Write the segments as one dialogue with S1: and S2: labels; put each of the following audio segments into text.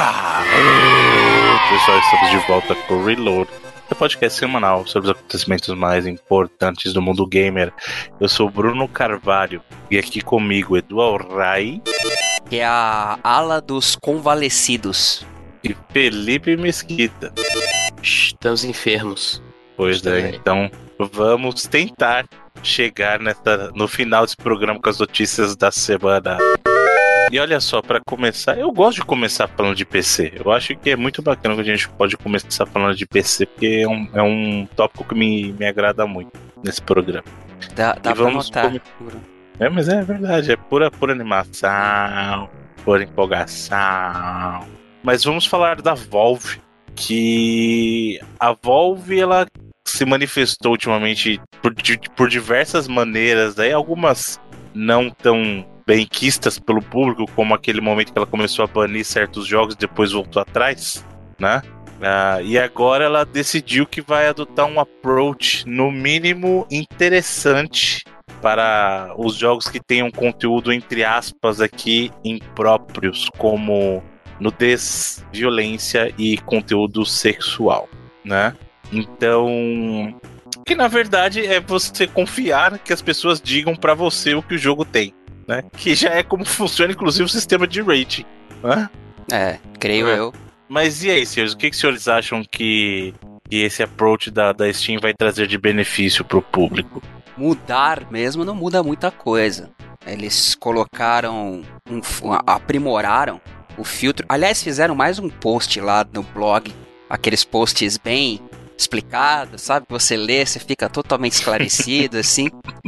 S1: Pessoal, estamos de volta com o Reload, o podcast semanal sobre os acontecimentos mais importantes do mundo gamer. Eu sou o Bruno Carvalho e aqui comigo Edu Alray,
S2: que é a ala dos convalescidos,
S1: e Felipe Mesquita.
S3: Estamos enfermos.
S1: Pois é, então vamos tentar chegar no final desse programa com as notícias da semana. E olha só, para começar, eu gosto de começar falando de PC. Eu acho que é muito bacana que a gente pode começar falando de PC, porque é um tópico que me agrada muito nesse programa.
S2: Dá pra notar.
S1: Mas é verdade, é pura animação, pura empolgação. Mas vamos falar da Valve, que a Valve, ela se manifestou ultimamente por diversas maneiras, aí algumas não tão benquistas pelo público, como aquele momento que ela começou a banir certos jogos e depois voltou atrás, né? E agora ela decidiu que vai adotar um approach, no mínimo, interessante para os jogos que tenham conteúdo, entre aspas, aqui, impróprios, como nudez, violência e conteúdo sexual, né? Então, que na verdade é você confiar que as pessoas digam para você o que o jogo tem, né? Que já é como funciona, inclusive, o sistema de rating, né?
S2: Creio eu.
S1: Mas e aí, senhores? O que os senhores acham que esse approach da Steam vai trazer de benefício pro público?
S2: Mudar mesmo não muda muita coisa. Eles colocaram, aprimoraram o filtro. Aliás, fizeram mais um post lá no blog, aqueles posts bem explicados, sabe? Você lê, você fica totalmente esclarecido, assim.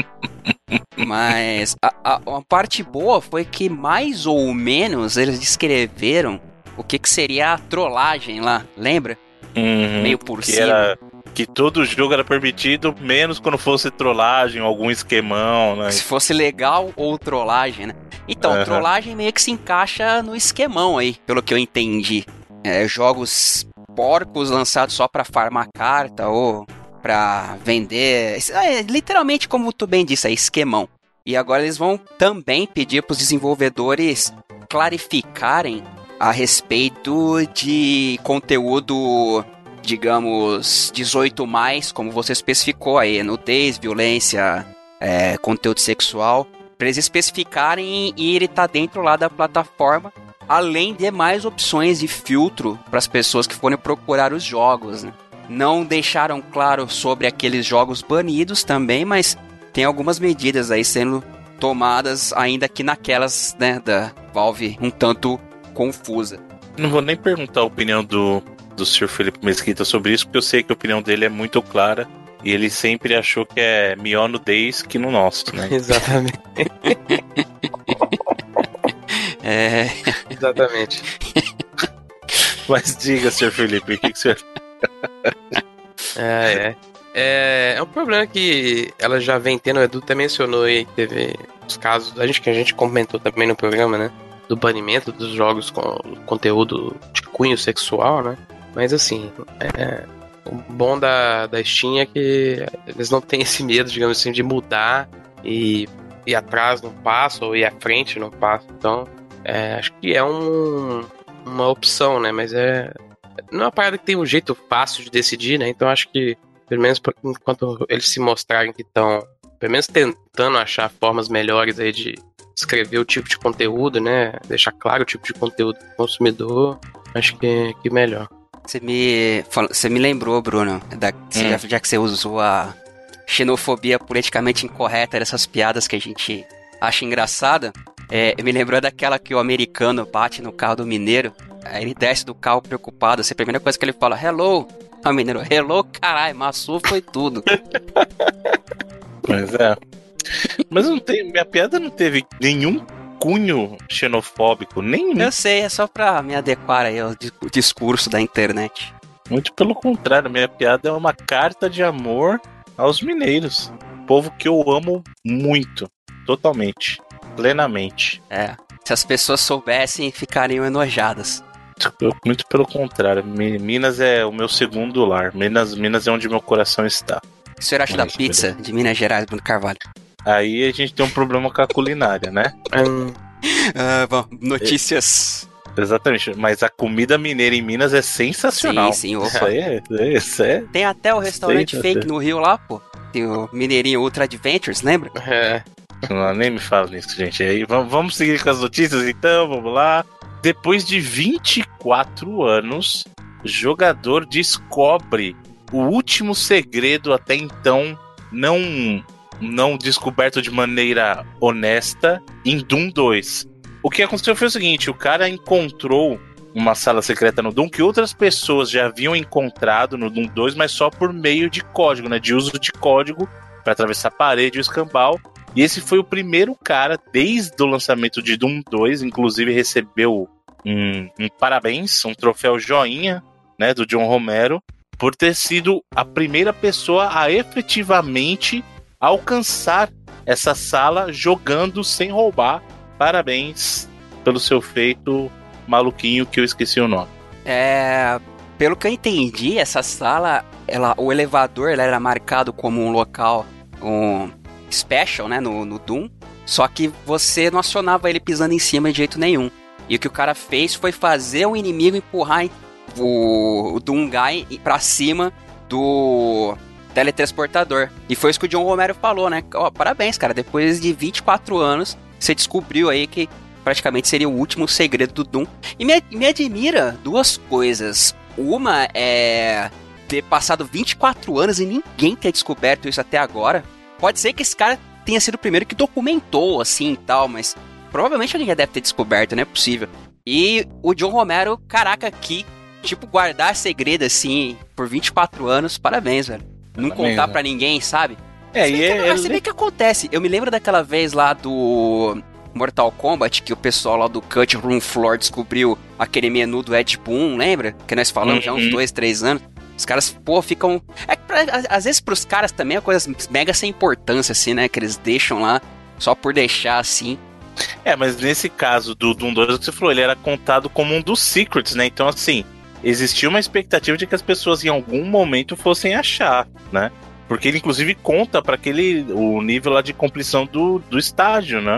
S2: Mas a parte boa foi que, mais ou menos, eles descreveram o que seria a trollagem lá, lembra? Meio por cima.
S1: Que todo jogo era permitido, menos quando fosse trollagem, algum esquemão, né?
S2: Se fosse legal ou trollagem, né? Então, trollagem meio que se encaixa no esquemão aí, pelo que eu entendi. Jogos porcos lançados só pra farmar carta ou pra vender. Literalmente, como tu bem disse, é esquemão. E agora eles vão também pedir pros desenvolvedores clarificarem a respeito de conteúdo, digamos, 18+, como você especificou aí, nudez, violência, conteúdo sexual, para eles especificarem e ele tá dentro lá da plataforma, além de mais opções de filtro para as pessoas que forem procurar os jogos, né? Não deixaram claro sobre aqueles jogos banidos também, mas tem algumas medidas aí sendo tomadas, ainda que naquelas, né, da Valve um tanto confusa.
S1: Não vou nem perguntar a opinião do Sr. Felipe Mesquita sobre isso, porque eu sei que a opinião dele é muito clara e ele sempre achou que é melhor nudez que no nosso, né?
S3: Exatamente. Exatamente.
S1: Mas diga, Sr. Felipe, o que o senhor...
S3: É um problema que ela já vem tendo, o Edu até mencionou aí, que teve os casos, que a gente comentou também no programa, né? Do banimento dos jogos com conteúdo de cunho sexual, né? Mas assim, o bom da Steam é que eles não têm esse medo, digamos assim, de mudar e ir atrás num passo ou ir à frente num passo. Então, acho que é uma opção, né? Mas não é uma parada que tem um jeito fácil de decidir, né? Então acho que, pelo menos enquanto eles se mostrarem que estão, pelo menos tentando achar formas melhores aí de escrever o tipo de conteúdo, né? Deixar claro o tipo de conteúdo do consumidor, acho que melhor.
S2: Você me lembrou, Bruno, já que você usou a xenofobia politicamente incorreta dessas piadas que a gente acha engraçada, me lembrou daquela que o americano bate no carro do mineiro, aí ele desce do carro preocupado, assim, a primeira coisa que ele fala, hello, o mineiro, hello, caralho, maçu foi tudo.
S1: Pois é. Mas minha piada não teve nenhum cunho xenofóbico, nenhum.
S2: Eu sei, é só pra me adequar aí ao discurso da internet.
S1: Muito pelo contrário, minha piada é uma carta de amor aos mineiros. Povo que eu amo muito, totalmente, plenamente.
S2: Se as pessoas soubessem, ficariam enojadas.
S1: Muito pelo contrário, Minas é o meu segundo lar. Minas é onde meu coração está.
S2: O que o senhor acha da pizza de Minas Gerais, Bruno Carvalho?
S1: Aí a gente tem um problema com a culinária, né?
S2: Bom, notícias
S1: Exatamente, mas a comida mineira em Minas é sensacional.
S2: Sim, opa.
S1: Isso é.
S2: Tem até o restaurante fake no Rio lá, pô. Tem o Mineirinho Ultra Adventures, lembra?
S1: Não, nem me fala nisso, gente. Aí, vamos seguir com as notícias, então, vamos lá. Depois de 24 anos, jogador descobre o último segredo até então não descoberto de maneira honesta em Doom 2. O que aconteceu foi o seguinte, o cara encontrou uma sala secreta no Doom que outras pessoas já haviam encontrado no Doom 2, mas só por meio de código, né? De uso de código para atravessar a parede e o escambau. E esse foi o primeiro cara, desde o lançamento de Doom 2, inclusive recebeu um parabéns, um troféu joinha, né, do John Romero, por ter sido a primeira pessoa a efetivamente alcançar essa sala jogando sem roubar. Parabéns pelo seu feito maluquinho que eu esqueci o nome.
S2: Pelo que eu entendi, essa sala, o elevador era marcado como um local special, né, no Doom, só que você não acionava ele pisando em cima de jeito nenhum. E o que o cara fez foi fazer o inimigo empurrar o Doomguy pra cima do teletransportador. E foi isso que o John Romero falou, né? Parabéns, cara, depois de 24 anos, você descobriu aí que praticamente seria o último segredo do Doom. E me admira duas coisas. Uma é ter passado 24 anos e ninguém ter descoberto isso até agora. Pode ser que esse cara tenha sido o primeiro que documentou, assim, e tal, mas provavelmente alguém já deve ter descoberto, não é possível. E o John Romero, caraca, aqui, tipo, guardar segredo, assim, por 24 anos, parabéns, velho. Não contar pra ninguém, sabe? Você vê que acontece. Eu me lembro daquela vez lá do Mortal Kombat, que o pessoal lá do Cut Room Floor descobriu aquele menu do Ed Boon, lembra? Que nós falamos já há uns 2, 3 anos. Os caras, ficam... às vezes pros caras também é coisa mega sem importância, assim, né? Que eles deixam lá só por deixar, assim.
S1: Mas nesse caso do Doom 2, que você falou, ele era contado como um dos secrets, né? Então, assim, existia uma expectativa de que as pessoas em algum momento fossem achar, né? Porque ele, inclusive, conta para o nível lá de compleção do estágio, né?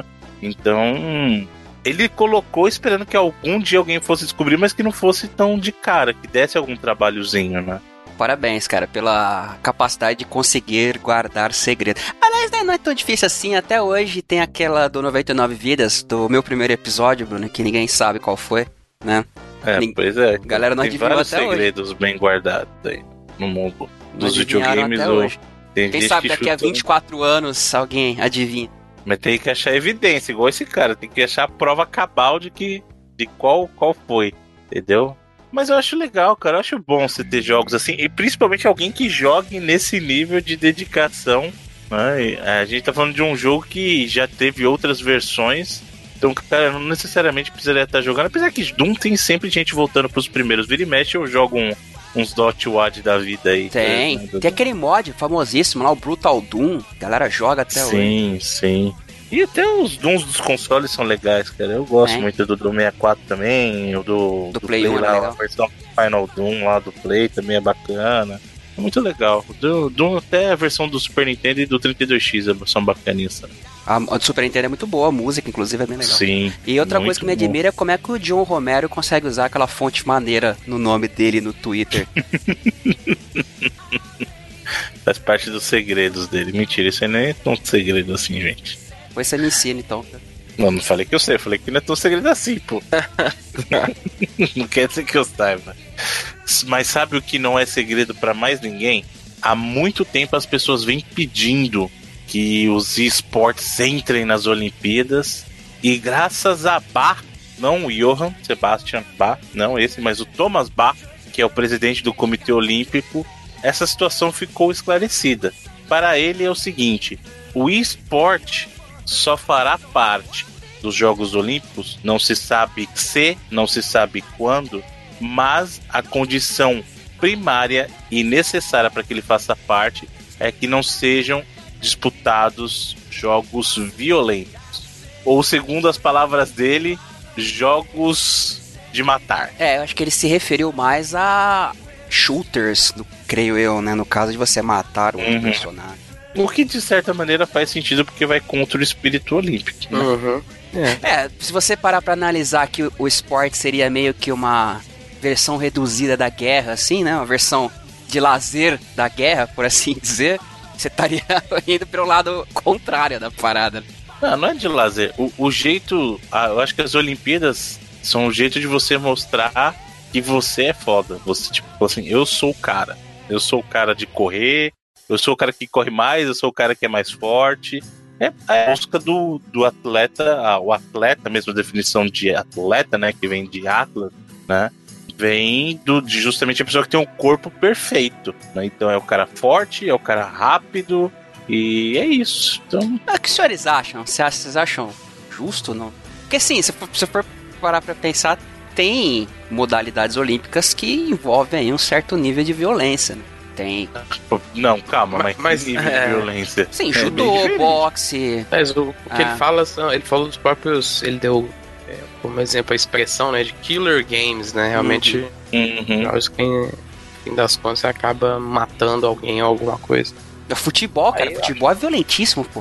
S1: Então, ele colocou esperando que algum dia alguém fosse descobrir, mas que não fosse tão de cara, que desse algum trabalhozinho, né?
S2: Parabéns, cara, pela capacidade de conseguir guardar segredo. Aliás, não é tão difícil assim. Até hoje tem aquela do 99 Vidas, do meu primeiro episódio, Bruno, que ninguém sabe qual foi, né?
S1: Pois é.
S2: A galera não adivinhou
S1: vários
S2: até
S1: segredos
S2: hoje.
S1: Bem guardados aí no mundo dos videogames.
S2: Quem sabe daqui a 24 anos alguém adivinha.
S1: Mas tem que achar evidência, igual esse cara. Tem que achar a prova cabal de qual foi, entendeu? Mas eu acho legal, cara. Eu acho bom você ter jogos assim. E principalmente alguém que jogue nesse nível de dedicação, né? A gente tá falando de um jogo que já teve outras versões. Então, cara, não necessariamente precisaria estar jogando. Apesar que Doom tem sempre gente voltando pros primeiros. Vira e mexe, eu jogo uns Dotwad da vida aí.
S2: Tem. Tem aquele mod famosíssimo lá, o Brutal Doom. A galera joga até hoje.
S1: Sim. E até os Dooms dos consoles são legais, cara. Eu gosto muito do Doom 64 também. O do
S2: Play 1
S1: lá, a versão Final Doom lá do Play também é bacana. É muito legal. O Doom, até a versão do Super Nintendo e do 32X são bacaninhas também.
S2: A do Super Nintendo é muito boa, a música, inclusive, é bem legal.
S1: Sim.
S2: E outra coisa que me admira é como é que o John Romero consegue usar aquela fonte maneira no nome dele no Twitter.
S1: Faz parte dos segredos dele. Mentira, isso aí não é tão segredo assim, gente.
S2: Depois você me ensina, então.
S1: Não falei que eu sei, eu falei que não é tão segredo assim, pô. Não quer dizer que eu saiba. Mas sabe o que não é segredo pra mais ninguém? Há muito tempo as pessoas vêm pedindo que os esportes entrem nas Olimpíadas. E graças a Bach, não o Johann Sebastian Bach, não esse, mas o Thomas Bach, que é o presidente do Comitê Olímpico, essa situação ficou esclarecida. Para ele é o seguinte: o esporte só fará parte dos Jogos Olímpicos, não se sabe se, não se sabe quando, mas a condição primária e necessária para que ele faça parte é que não sejam disputados jogos violentos. Ou, segundo as palavras dele, jogos de matar.
S2: Eu acho que ele se referiu mais a shooters, creio eu, né? No caso de você matar um personagem.
S1: O que de certa maneira faz sentido porque vai contra o espírito olímpico, né?
S2: Se você parar pra analisar que o esporte seria meio que uma versão reduzida da guerra, assim, né? Uma versão de lazer da guerra, por assim dizer, você estaria indo pelo lado contrário da parada.
S1: Não é de lazer. O jeito... eu acho que as Olimpíadas são um jeito de você mostrar que você é foda. Você, tipo assim, eu sou o cara. Eu sou o cara de correr, eu sou o cara que corre mais, eu sou o cara que é mais forte. É a busca do atleta, o atleta, mesmo a definição de atleta, né, que vem de atlas, né, vem de justamente a pessoa que tem um corpo perfeito, né, então é o cara forte, é o cara rápido, e é isso. Então...
S2: O que os senhores acham? Vocês acham justo ou não? Porque sim, se você for parar pra pensar, tem modalidades olímpicas que envolvem aí um certo nível de violência, né? Tem.
S1: Não, calma, mas nível de violência.
S2: Sim, judô, boxe.
S3: Mas o que ele fala, ele falou dos próprios. Ele deu como exemplo a expressão, né, de killer games, né? Realmente, jogos que, no fim das contas, você acaba matando alguém ou alguma coisa.
S2: Futebol, cara, futebol é violentíssimo, pô.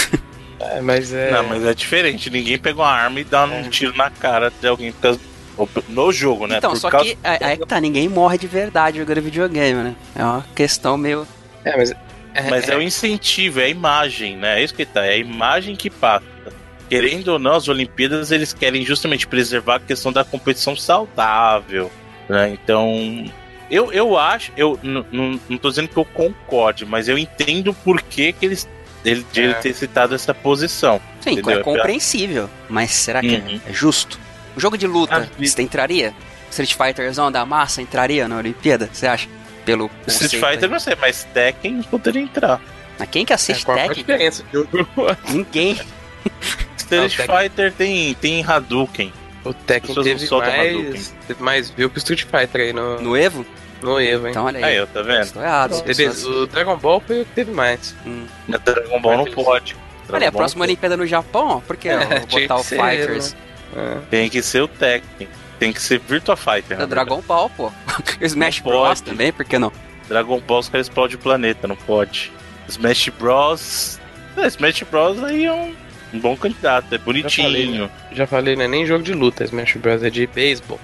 S3: Mas é.
S1: Não, mas é diferente. Ninguém pega uma arma e dá um tiro na cara de alguém no jogo, né?
S2: Então, só que aí que tá, ninguém morre de verdade jogando videogame, né? É uma questão meio...
S1: Mas é o incentivo, é a imagem, né? É isso que tá, é a imagem que passa. Querendo ou não, as Olimpíadas, eles querem justamente preservar a questão da competição saudável, né? Então, eu acho, eu não tô dizendo que eu concorde, mas eu entendo por que ele ter citado essa posição.
S2: Sim, entendeu? É compreensível, mas será que é justo? Um jogo de luta, você entraria? Street Fighterzão da massa entraria na Olimpíada, você acha? Pelo
S1: Street Fighter aí. Não sei, mas Tekken poderia entrar.
S2: Mas quem que assiste
S3: Qual
S2: Tekken?
S3: a diferença?
S2: Ninguém.
S1: Street Fighter tem Hadouken.
S3: O Tekken teve mais view que o Street Fighter aí no
S2: Evo?
S3: No Evo, hein?
S2: Então olha aí.
S1: Aí, tá vendo?
S2: Estou errado.
S3: O Dragon Ball foi o que teve mais.
S1: O Dragon Ball não pode.
S2: Olha, a próxima Olimpíada no Japão, por que botar o Fighters?
S3: Né?
S1: Tem que ser o Tekken. Tem que ser Virtua Fighter.
S2: É Dragon Ball, pô. Smash Bros também, por que não?
S1: Dragon Ball os caras explodem o planeta, não pode. Smash Bros. Smash Bros aí é um bom candidato, é bonitinho.
S3: Já falei, não é nem jogo de luta, Smash Bros é de beisebol.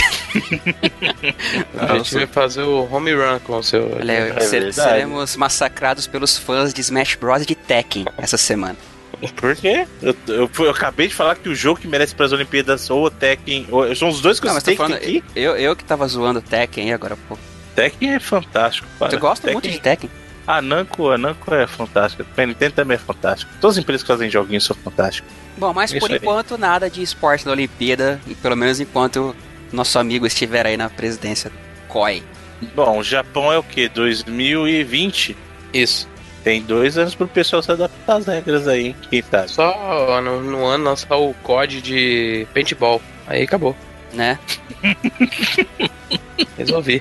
S3: A gente vai fazer o home run com o seu.
S2: Olha, seremos massacrados pelos fãs de Smash Bros e de Tekken essa semana.
S1: Por quê? Eu acabei de falar que o jogo que merece para as Olimpíadas ou o Tekken. São os dois que eu citei aqui.
S2: Eu que tava zoando o Tekken aí agora, pô.
S1: Tekken é fantástico, cara.
S2: Eu gosto muito de Tekken.
S1: A Namco é fantástica. A Nintendo também é fantástica. Todas as empresas que fazem joguinhos são fantásticas.
S2: Bom, mas por enquanto nada de esporte na Olimpíada, e pelo menos enquanto nosso amigo estiver aí na presidência do COI.
S1: Bom, o Japão é o quê? 2020?
S3: Isso.
S1: Tem 2 anos pro pessoal se adaptar às regras aí, quem sabe?
S3: Só no ano lançar o COD de paintball. Aí acabou.
S2: Né?
S3: Resolvi.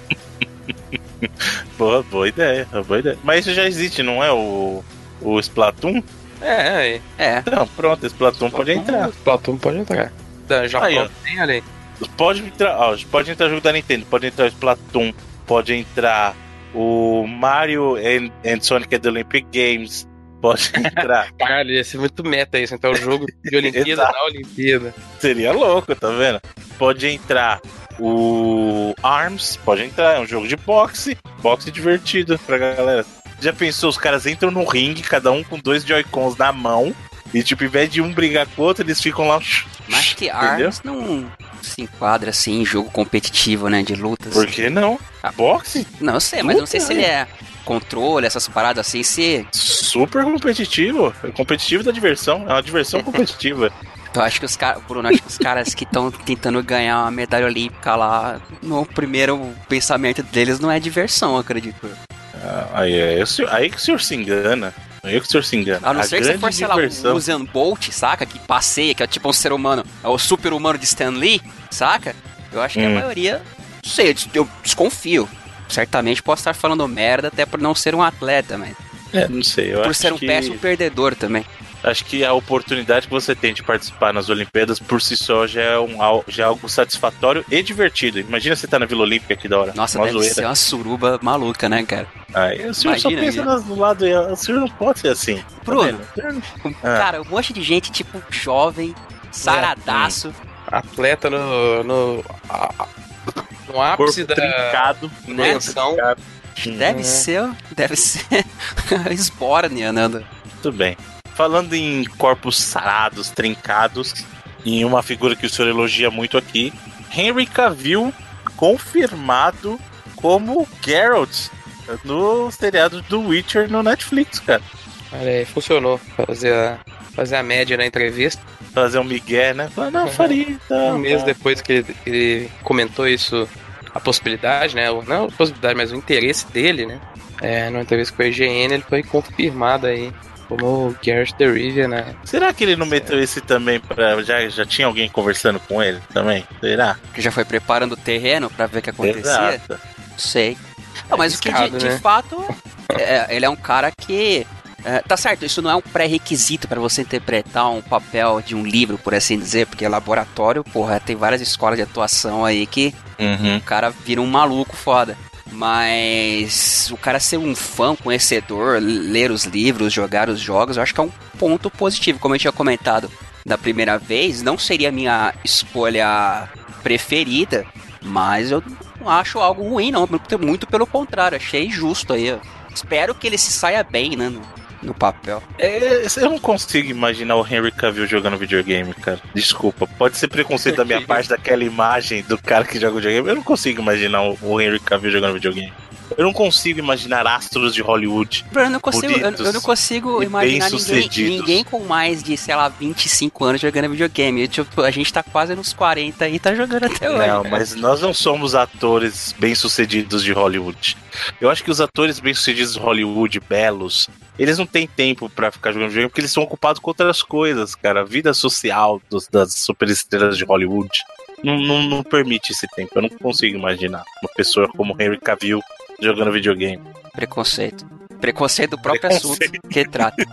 S1: Boa ideia. Mas isso já existe, não é o Splatoon?
S3: É.
S1: Então, pronto, Splatoon pode entrar.
S3: Splatoon pode entrar. Já
S1: aí,
S3: tem ali.
S1: Pode entrar jogo da Nintendo, pode entrar o Splatoon, pode entrar o Mario and Sonic at the Olympic Games, pode entrar.
S3: Caralho, ia ser muito meta isso, então o jogo de Olimpíada na Olimpíada.
S1: Seria louco, tá vendo? Pode entrar o ARMS, pode entrar, é um jogo de boxe divertido pra galera. Já pensou, os caras entram no ringue, cada um com 2 Joy-Cons na mão, e tipo, em vez de um brigar com o outro, eles ficam lá...
S2: Mas que ARMS não se enquadra assim em jogo competitivo, né, de lutas.
S1: Por que não? Boxe?
S2: Não, eu sei, mas não sei se ele é controle, essas paradas assim, se...
S1: Super competitivo. É competitivo da diversão. É uma diversão competitiva.
S2: Eu acho que os caras, Bruno, acho que os caras que estão tentando ganhar uma medalha olímpica lá, no primeiro pensamento deles não é diversão, eu acredito.
S1: Aí que o senhor se engana.
S2: A não ser que você for, sei lá, um Usain Bolt, saca? Que passeia, que é tipo um ser humano, é o super humano de Stan Lee, saca? Eu acho que a maioria, não sei, eu desconfio. Certamente posso estar falando merda até por não ser um atleta, mas...
S1: não sei,
S2: por ser um péssimo perdedor também.
S1: Acho que a oportunidade que você tem de participar nas Olimpíadas por si só já é algo satisfatório e divertido. Imagina você tá na Vila Olímpica aqui da hora.
S2: Nossa, deve ser uma suruba maluca, né, cara?
S1: Aí o senhor só pensa no lado, o senhor não pode ser assim.
S2: Bruno, cara, um monte de gente, tipo, jovem, saradaço.
S3: Atleta no ápice da
S2: invenção. Deve ser Esbórnia, né?
S1: Tudo bem. Falando em corpos sarados, trincados, e uma figura que o senhor elogia muito aqui, Henry Cavill confirmado como Geralt no seriado do Witcher no Netflix, cara.
S3: Olha aí, funcionou. Fazer a média na entrevista.
S1: Fazer um migué, né? Falar, não, faria.
S3: Um mês depois que ele comentou isso, a possibilidade, né? Não a possibilidade, mas o interesse dele, né? Numa entrevista com a IGN, ele foi confirmado aí como Geralt de Rivia, né?
S1: Será que ele não meteu esse também pra... Já tinha alguém conversando com ele também? Será?
S2: Que já foi preparando o terreno pra ver o que acontecia?
S1: Exato.
S2: Não sei. Não, mas o que de fato, ele é um cara que... tá certo, isso não é um pré-requisito para você interpretar um papel de um livro, por assim dizer, porque laboratório, porra, tem várias escolas de atuação aí que o cara vira um maluco foda. Mas o cara ser um fã, conhecedor, ler os livros, jogar os jogos, eu acho que é um ponto positivo. Como eu tinha comentado da primeira vez, não seria a minha escolha preferida, mas eu não acho algo ruim, não. Muito pelo contrário, achei justo aí. Espero que ele se saia bem, né, no papel.
S1: Eu não consigo imaginar o Henry Cavill jogando videogame, cara. Desculpa, pode ser preconceito da minha parte daquela imagem do cara que joga videogame. Eu não consigo imaginar o Henry Cavill jogando videogame. Eu não consigo imaginar astros de Hollywood.
S2: Eu não consigo imaginar ninguém com mais de, sei lá, 25 anos jogando videogame. Tipo, a gente tá quase nos 40 e tá jogando até hoje.
S1: Não, mas nós não somos atores bem-sucedidos de Hollywood. Eu acho que os atores bem-sucedidos de Hollywood, belos, eles não têm tempo pra ficar jogando videogame porque eles são ocupados com outras coisas, cara. A vida social das superestrelas de Hollywood não permite esse tempo. Eu não consigo imaginar uma pessoa como Henry Cavill jogando videogame.
S2: Preconceito do próprio assunto que trata.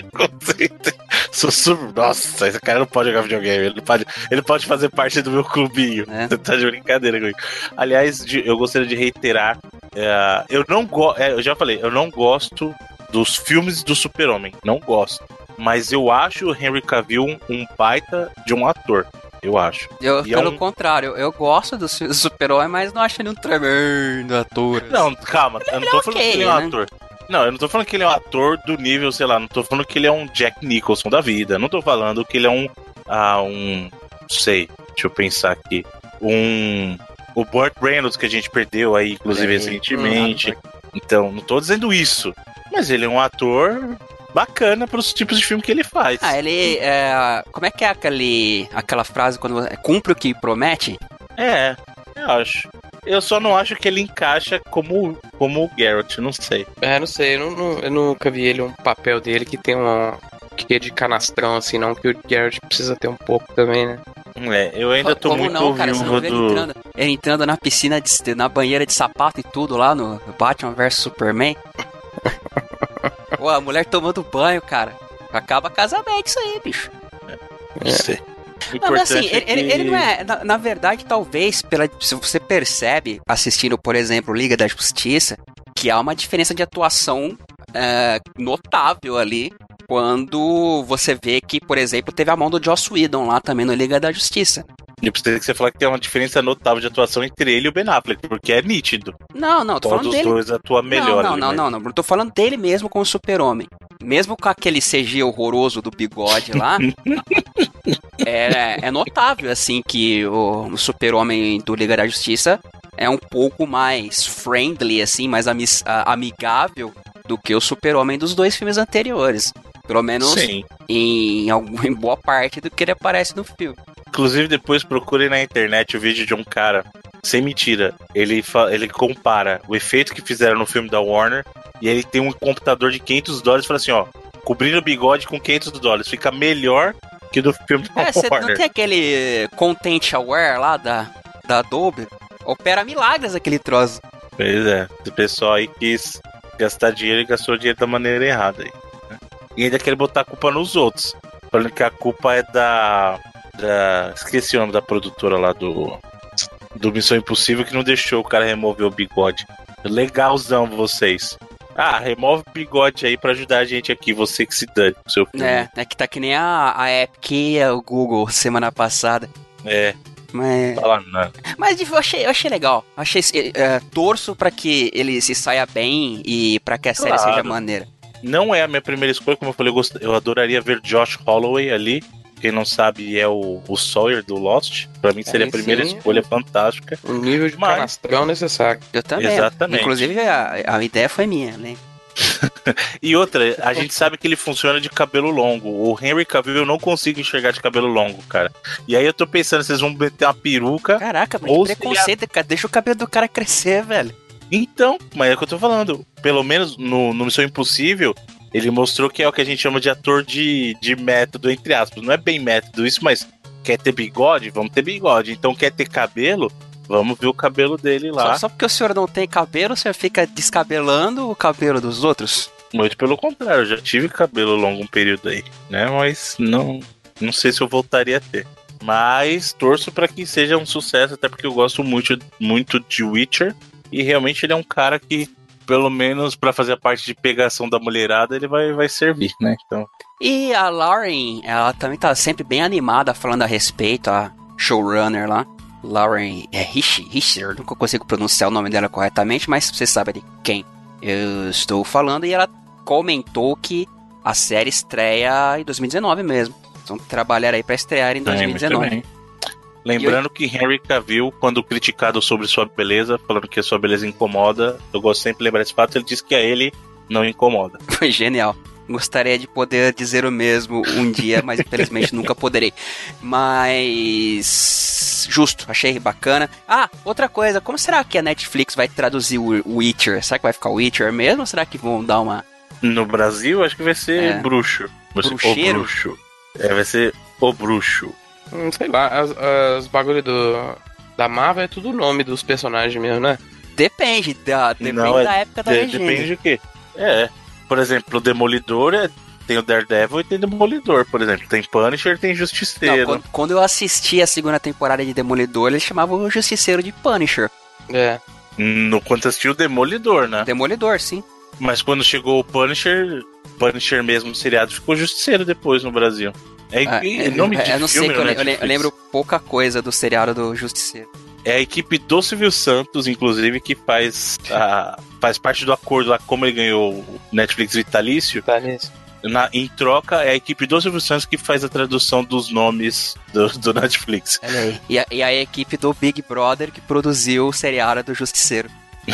S1: Nossa, esse cara não pode jogar videogame. Ele pode fazer parte do meu clubinho. Você tá de brincadeira comigo. Aliás, eu gostaria de reiterar. Eu já falei, eu não gosto dos filmes do Super-Homem. Não gosto. Mas eu acho o Henry Cavill um baita de um ator. Eu acho.
S2: Pelo contrário, eu gosto do Super-Homem, mas não acho ele um tremendo ator.
S1: Não, calma, eu não tô falando que ele é um ator. Não, eu não tô falando que ele é um ator do nível, sei lá, não tô falando que ele é um Jack Nicholson da vida. Não tô falando que ele é não sei, deixa eu pensar aqui. O Burt Reynolds que a gente perdeu aí, inclusive, recentemente. Então, não tô dizendo isso. Mas ele é um ator bacana para os tipos de filme que ele faz.
S2: Ele como é que é aquela frase quando cumpre o que promete?
S1: Eu acho. Eu só não acho que ele encaixa como o Geralt, não sei.
S3: Não sei, eu nunca vi ele um papel dele que tem que é de canastrão, assim, não, que o Geralt precisa ter um pouco também, né?
S1: Eu ainda tô muito viúvo
S2: ele entrando na piscina, na banheira de sapato e tudo lá no Batman vs Superman. Pô, a mulher tomando banho, cara. Acaba casamento isso aí, bicho.
S1: Não sei.
S2: Não, mas assim, ele não é... Na verdade, talvez, se você percebe, assistindo, por exemplo, Liga da Justiça, que há uma diferença de atuação notável ali, quando você vê que, por exemplo, teve a mão do Joss Whedon lá também no Liga da Justiça.
S1: Eu preciso que você fale que tem uma diferença notável de atuação entre ele e o Ben Affleck, porque é nítido.
S2: Não, tô falando dele.
S1: Todos os dois atuam melhor.
S2: Não, tô falando dele mesmo como Super-Homem. Mesmo com aquele CG horroroso do bigode lá, é notável, assim, que o Super-Homem do Liga da Justiça é um pouco mais friendly, assim, mais amigável do que o Super-Homem dos dois filmes anteriores. Pelo menos em boa parte do que ele aparece no filme.
S1: Inclusive, depois procurem na internet o vídeo de um cara, sem mentira, ele compara o efeito que fizeram no filme da Warner e ele tem um computador de $500 e fala assim, cobrindo o bigode com $500, fica melhor que do filme da Warner.
S2: Você não tem aquele Content Aware lá da Adobe? Opera milagres aquele troço.
S1: Pois é, o pessoal aí quis gastar dinheiro e gastou dinheiro da maneira errada aí. E ainda quer botar a culpa nos outros, falando que a culpa é da esqueci o nome da produtora lá do Missão Impossível, que não deixou o cara remover o bigode. Legalzão vocês. Ah, remove o bigode aí pra ajudar a gente aqui, você que se dane com o seu filme.
S2: É que tá que nem a Epic e o Google semana passada. Mas,
S1: Fala nada.
S2: mas eu achei legal. Torço pra que ele se saia bem e pra que a série seja maneira.
S1: Não é a minha primeira escolha, como eu falei, eu adoraria ver Josh Holloway ali. Quem não sabe é o Sawyer do Lost. Pra mim seria a primeira escolha fantástica.
S3: Um nível de canastrão necessário.
S2: Eu também.
S1: Exatamente.
S2: Inclusive a ideia foi minha, né?
S1: E outra, a gente sabe que ele funciona de cabelo longo. O Henry Cavill eu não consigo enxergar de cabelo longo, cara. E aí eu tô pensando, vocês vão meter uma peruca.
S2: Caraca, mas que preconceito, cara. Deixa o cabelo do cara crescer, velho.
S1: Então, mas é o que eu tô falando. Pelo menos no Missão Impossível, ele mostrou que é o que a gente chama de ator de método, entre aspas. Não é bem método isso, mas quer ter bigode? Vamos ter bigode. Então quer ter cabelo? Vamos ver o cabelo dele lá.
S2: Só porque o senhor não tem cabelo, o senhor fica descabelando o cabelo dos outros?
S1: Muito pelo contrário, eu já tive cabelo longo um período aí, né? Mas não sei se eu voltaria a ter. Mas torço pra que seja um sucesso, até porque eu gosto muito de Witcher. E realmente ele é um cara que, pelo menos pra fazer a parte de pegação da mulherada, ele vai servir, né? Então...
S2: E a Lauren, ela também tá sempre bem animada falando a respeito, a showrunner lá. Lauren Risher, nunca consigo pronunciar o nome dela corretamente, mas você sabe de quem eu estou falando. E ela comentou que a série estreia em 2019 mesmo. Então trabalhar aí pra estrear em 2019.
S1: Lembrando que Henry Cavill, quando criticado sobre sua beleza, falando que a sua beleza incomoda, eu gosto sempre de lembrar esse fato, ele disse que a ele não incomoda.
S2: Foi genial. Gostaria de poder dizer o mesmo um dia, mas infelizmente nunca poderei. Mas... justo, achei bacana. Ah, outra coisa, como será que a Netflix vai traduzir o Witcher? Será que vai ficar Witcher mesmo ou será que vão dar uma...
S1: No Brasil, acho que vai ser bruxo.
S2: Bruxeiro?
S1: O bruxo. Vai ser o bruxo.
S3: Sei lá, as bagulho da Marvel é tudo o nome dos personagens mesmo, né?
S2: Depende da época da legenda.
S1: Depende de quê? Por exemplo, o Demolidor tem o Daredevil e tem o Demolidor, por exemplo. Tem Punisher, tem Justiceiro.
S2: Não, quando eu assisti a segunda temporada de Demolidor, eles chamavam o Justiceiro de Punisher.
S1: Quando assistiu o Demolidor, né?
S2: Demolidor, sim.
S1: Mas quando chegou o Punisher mesmo no seriado, ficou Justiceiro depois no Brasil. Nome de
S2: eu não sei,
S1: filme,
S2: eu lembro pouca coisa do seriado do Justiceiro.
S1: É a equipe do Silvio Santos, inclusive, que faz parte do acordo lá, como ele ganhou o Netflix vitalício. Em troca, é a equipe do Silvio Santos que faz a tradução dos nomes do Netflix.
S2: Olha aí. E a equipe do Big Brother que produziu o seriado do Justiceiro.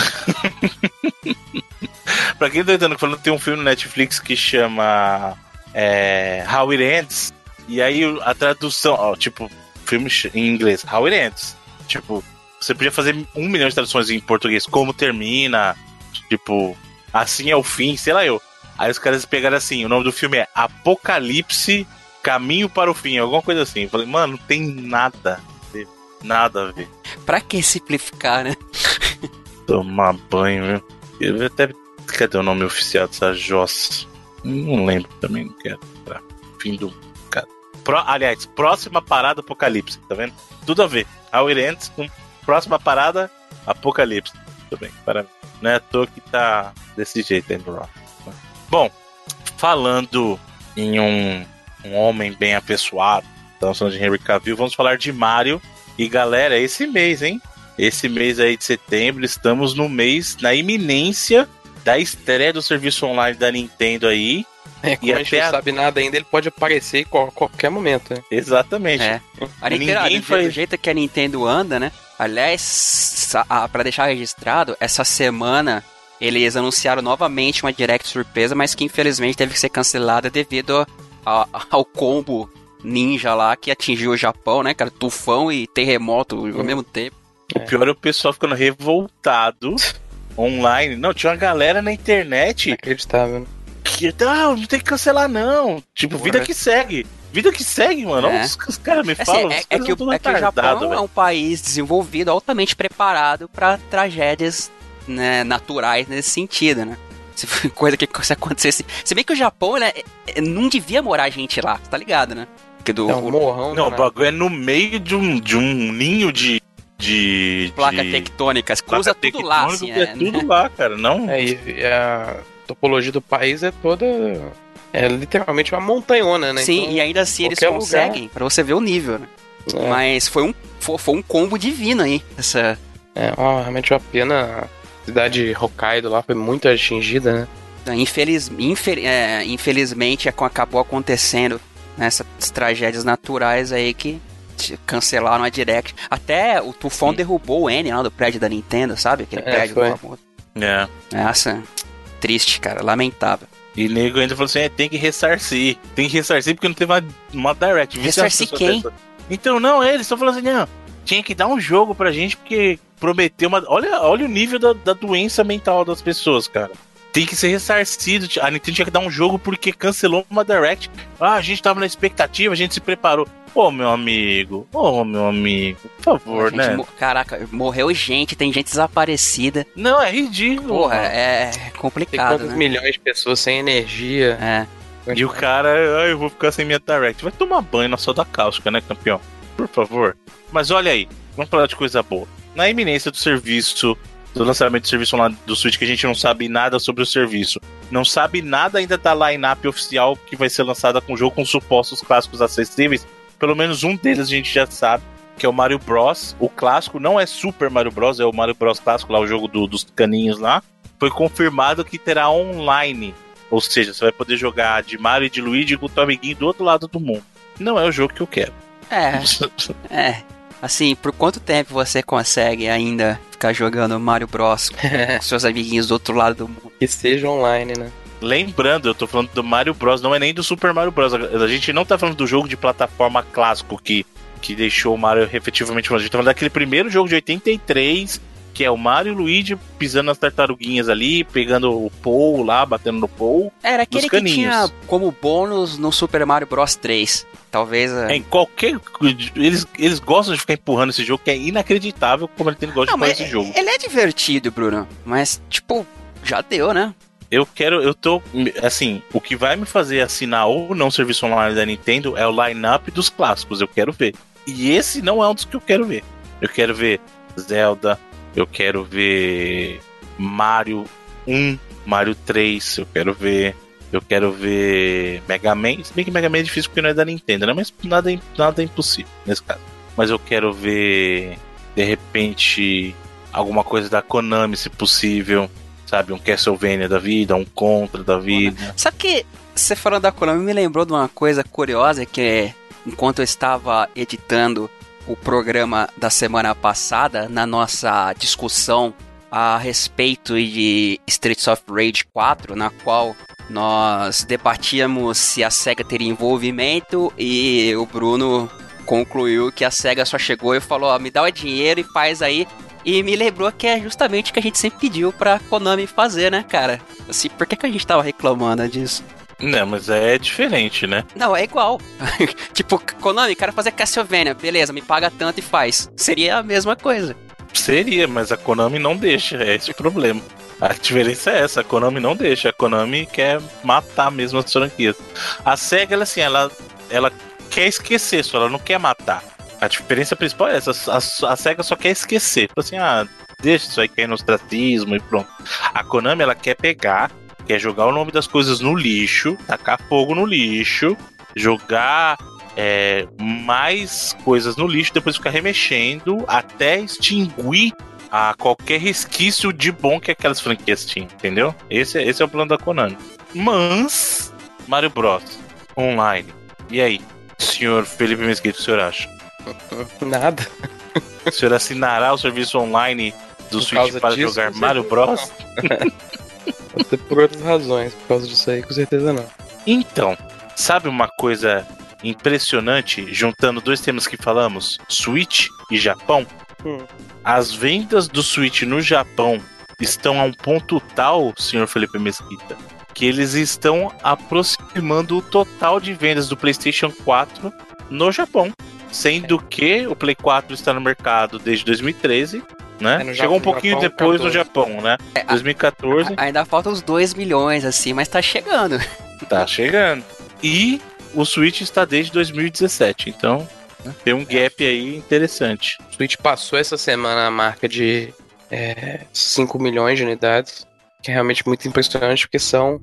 S1: Pra quem tá entendendo, falando, tem um filme no Netflix que chama How It Ends. E aí a tradução, filme em inglês, How It Ends. Você podia fazer 1 milhão de traduções em português, como termina, assim é o fim, sei lá eu. Aí os caras pegaram assim, o nome do filme é Apocalipse, Caminho para o Fim, alguma coisa assim. Eu falei, mano, não tem nada a ver.
S2: Pra que simplificar, né?
S1: Tomar banho, viu? Eu até... Cadê o nome oficial dessa jossa? Não lembro também, não quero. Fim do... Aliás, próxima parada Apocalipse, tá vendo? Tudo a ver. How It Ends com próxima parada Apocalipse. Tudo bem, para mim. Não é à toa que tá desse jeito aí no Raw. Bom, falando em um homem bem apessoado, estamos falando de Henry Cavill, vamos falar de Mario. E galera, esse mês, hein? Esse mês aí de setembro, estamos no mês, na iminência da estreia do serviço online da Nintendo aí.
S3: Como a gente não sabe nada ainda, ele pode aparecer em qualquer momento. Né?
S1: Exatamente.
S2: A Nintendo, do jeito que a Nintendo anda, né? Aliás, pra deixar registrado, essa semana eles anunciaram novamente uma Direct surpresa, mas que infelizmente teve que ser cancelada devido ao combo ninja lá que atingiu o Japão, né, cara? Tufão e terremoto ao mesmo tempo.
S1: O pior é o pessoal ficando revoltado online. Não, tinha uma galera na internet.
S3: Inacreditável, né?
S1: Que não tem que cancelar, não. Vida que segue. Vida que segue, mano. Os caras me falam.
S2: Que o Japão é um país desenvolvido, altamente preparado para tragédias, né, naturais nesse sentido, né? Coisa que se acontecesse. Se bem que o Japão, né, não devia morar gente lá, tá ligado, né?
S3: Morrão.
S1: Não, o bagulho é no meio de um ninho de
S2: Placa tectônica, cruza tudo lá, assim.
S1: É tudo lá, cara, não...
S3: E a topologia do país é toda... É literalmente uma montanhona, né?
S2: Sim,
S3: então,
S2: e ainda assim eles conseguem, pra você ver o nível, né? Mas foi um combo divino aí, essa...
S3: realmente uma pena. A cidade Hokkaido lá foi muito atingida, né?
S2: Infelizmente acabou acontecendo nessas tragédias naturais aí que cancelaram a Direct. Até o tufão derrubou o N lá do prédio da Nintendo, sabe? Aquele prédio famoso. Nossa, triste, cara, lamentável.
S1: E nego ainda falou assim, tem que ressarcir. Tem que ressarcir porque não teve uma Direct.
S2: Ressarcir quem?
S1: Então não, eles estão falando assim, não, tinha que dar um jogo pra gente porque prometeu uma... Olha o nível da doença mental das pessoas, cara. Tem que ser ressarcido. A Nintendo tinha que dar um jogo porque cancelou uma Direct. A gente tava na expectativa, a gente se preparou. Meu amigo, por favor, né?
S2: Caraca, morreu gente, tem gente desaparecida.
S1: Não, é ridículo.
S2: Porra, é complicado,
S3: tem quantos milhões de pessoas sem energia.
S1: E o cara, eu vou ficar sem minha Direct. Vai tomar banho na soda cáustica, né, campeão? Por favor. Mas olha aí, vamos falar de coisa boa. Na iminência do lançamento do serviço online do Switch, que a gente não sabe nada sobre o serviço. Não sabe nada ainda da line-up oficial que vai ser lançada com o jogo com supostos clássicos acessíveis. Pelo menos um deles a gente já sabe, que é o Mario Bros. O clássico não é Super Mario Bros, é o Mario Bros clássico lá, o jogo dos caninhos lá. Foi confirmado que terá online. Ou seja, você vai poder jogar de Mario e de Luigi com o teu amiguinho do outro lado do mundo. Não é o jogo que eu quero.
S2: Assim, por quanto tempo você consegue ainda ficar jogando Mario Bros com seus amiguinhos do outro lado do mundo?
S3: Que seja online, né?
S1: Lembrando, eu tô falando do Mario Bros, não é nem do Super Mario Bros. A gente não tá falando do jogo de plataforma clássico que deixou o Mario efetivamente famoso. A gente tá falando daquele primeiro jogo de 83, que é o Mario e o Luigi pisando nas tartaruguinhas ali, pegando o Paul lá, batendo no Paul.
S2: Era aquele que tinha como bônus no Super Mario Bros 3. Talvez...
S1: Em qualquer... Eles gostam de ficar empurrando esse jogo, que é inacreditável como ele gosta de empurrar esse jogo.
S2: Ele é divertido, Bruno, mas, tipo, já deu, né? Assim, o que vai me fazer assinar ou não o serviço online da Nintendo é o line-up dos clássicos, eu quero ver. E esse não é um dos que eu quero ver. Eu quero ver Zelda, eu quero ver Mario 1, Mario 3, eu quero ver Mega Man. Se bem que Mega Man é difícil porque não é da Nintendo, né? Mas nada é impossível nesse caso. Mas eu quero ver, de repente, alguma coisa da Konami, se possível. Sabe, um Castlevania da vida, um Contra da vida. Sabe que você falando da Konami me lembrou de uma coisa curiosa, que é, enquanto eu estava editando o programa da semana passada, na nossa discussão a respeito de Streets of Rage 4, na qual nós debatíamos se a SEGA teria envolvimento, e o Bruno concluiu que a SEGA só chegou e falou, me dá o dinheiro e faz aí. E me lembrou que é justamente o que a gente sempre pediu pra Konami fazer, né, cara? Assim, por que a gente tava reclamando disso? Não, mas é diferente, né? Não, é igual. Tipo, Konami, quero fazer Castlevania. Beleza, me paga tanto e faz. Seria a mesma coisa. Seria, mas a Konami não deixa, é esse o problema. A diferença é essa, a Konami não deixa. A Konami quer matar mesmo as franquias. A SEGA, ela, assim, ela quer esquecer, só ela não quer matar. A diferença principal é essa, a SEGA só quer esquecer. Assim, deixa isso aí cair no ostracismo e pronto. A Konami, ela quer jogar o nome das coisas no lixo, tacar fogo no lixo, jogar mais coisas no lixo, depois ficar remexendo até extinguir qualquer resquício de bom que aquelas franquias tinham, entendeu? Esse é o plano da Konami. Mas, Mario Bros. Online. E aí, senhor Felipe Mesquita, o que o senhor acha?
S3: Nada.
S1: O senhor assinará o serviço online do Switch para jogar Mario Bros?
S3: Até por outras razões, por causa disso aí, com certeza não.
S1: Então, sabe uma coisa impressionante, juntando dois temas que falamos, Switch e Japão? As vendas do Switch no Japão estão a um ponto tal, senhor Felipe Mesquita, que eles estão aproximando o total de vendas do PlayStation 4 no Japão. Sendo que o Play 4 está no mercado desde 2013, né? Chegou um pouquinho Japão, depois 14. No Japão, né? 2014. Ainda faltam uns 2 milhões, assim, mas tá chegando. Tá chegando. E o Switch está desde 2017, então Tem um gap aí interessante.
S3: O Switch passou essa semana a marca de 5 milhões de unidades, que é realmente muito impressionante, porque são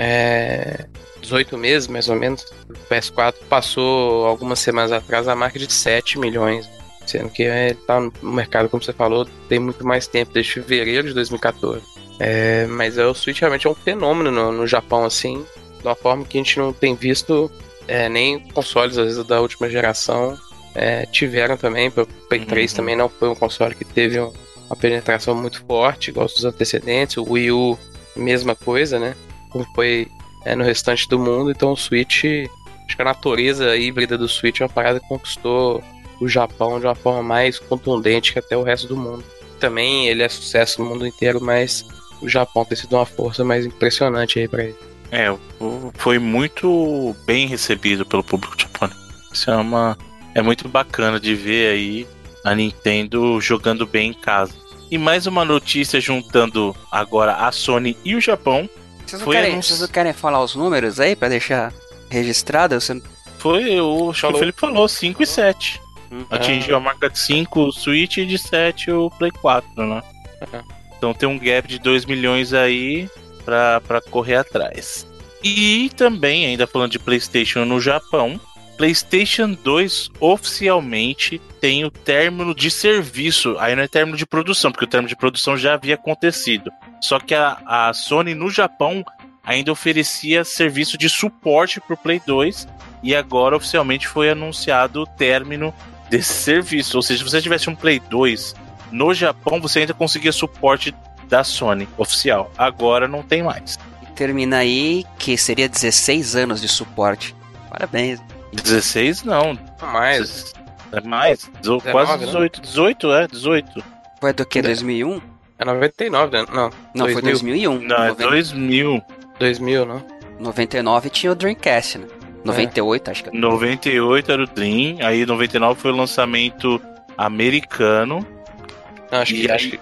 S3: 18 meses, mais ou menos. O PS4 passou algumas semanas atrás a marca de 7 milhões, sendo que ele tá no mercado, como você falou, tem muito mais tempo, desde fevereiro de 2014. Mas o Switch realmente é um fenômeno no Japão, assim, de uma forma que a gente não tem visto nem consoles, às vezes, da última geração tiveram também. O Play 3 também não foi um console que teve uma penetração muito forte, igual os antecedentes. O Wii U, mesma coisa, né? Como foi no restante do mundo. Então o Switch, acho que a natureza híbrida do Switch é uma parada que conquistou o Japão de uma forma mais contundente que até o resto do mundo. Também ele é sucesso no mundo inteiro, mas o Japão tem sido uma força mais impressionante aí pra ele.
S1: Foi muito bem recebido pelo público japonês. Isso é muito bacana de ver aí a Nintendo jogando bem em casa. E mais uma notícia juntando agora a Sony e o Japão.
S2: Vocês não querem falar os números aí pra deixar registrado?
S1: Foi o que o Felipe falou, 5 e 7. Atingiu a marca de 5 o Switch e de 7 o Play 4, né? Então tem um gap de 2 milhões aí pra correr atrás. E também, ainda falando de PlayStation no Japão, PlayStation 2 oficialmente tem o término de serviço. Aí não é término de produção, porque o término de produção já havia acontecido. Só que a Sony no Japão ainda oferecia serviço de suporte para o Play 2. E agora oficialmente foi anunciado o término desse serviço. Ou seja, se você tivesse um Play 2 no Japão, você ainda conseguia suporte da Sony oficial. Agora não tem mais.
S2: Termina aí que seria 16 anos de suporte. Parabéns.
S1: 16 não.
S3: Mais.
S1: É mais.
S3: 19,
S1: quase 18. 18.
S2: Foi do que? 2001?
S3: É 99, né? Não.
S2: Não, 2000. Foi 2001.
S1: Não, é 2000.
S3: 2000, não?
S2: 99 tinha o Dreamcast, né? 98, acho que.
S1: 98 era o Dream. Aí 99 foi o lançamento americano.
S3: Não, acho que...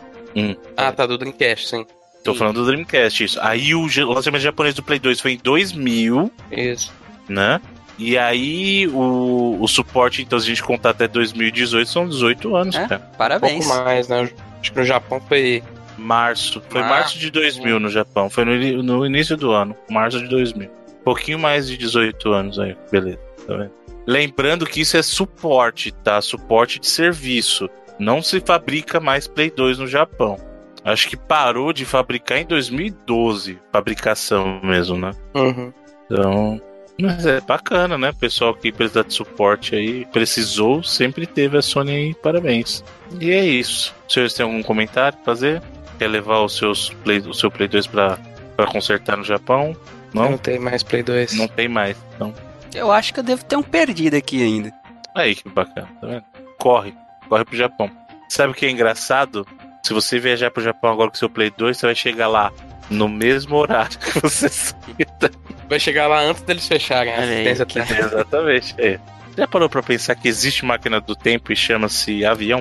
S3: tá, do Dreamcast, sim.
S1: Tô falando do Dreamcast, isso. Aí o lançamento japonês do Play 2 foi em 2000.
S3: Isso.
S1: Né? E aí o suporte, então, se a gente contar até 2018, são 18 anos, cara.
S2: Parabéns.
S3: Um pouco mais, né? Acho que no Japão foi...
S1: Março. Foi março de 2000 no Japão. Foi no início do ano. Março de 2000. Pouquinho mais de 18 anos aí. Beleza. Tá vendo? Lembrando que isso é suporte, tá? Suporte de serviço. Não se fabrica mais Play 2 no Japão. Acho que parou de fabricar em 2012. Fabricação mesmo, né?
S3: Uhum.
S1: Então... Mas é bacana, né? O pessoal que precisa de suporte aí, precisou, sempre teve a Sony aí, parabéns. E é isso. Os senhores têm algum comentário pra fazer? Quer levar o seu Play 2 pra consertar no Japão?
S3: Não tem mais Play 2.
S1: Não tem mais, então.
S2: Eu acho que eu devo ter um perdido aqui ainda.
S1: Aí, que bacana, tá vendo? Corre pro Japão. Sabe o que é engraçado? Se você viajar pro Japão agora com o seu Play 2, você vai chegar lá no mesmo horário que você saiu.
S3: Vai chegar lá antes deles fecharem a assistência.
S1: Exatamente. Já parou pra pensar que existe máquina do tempo e chama-se avião?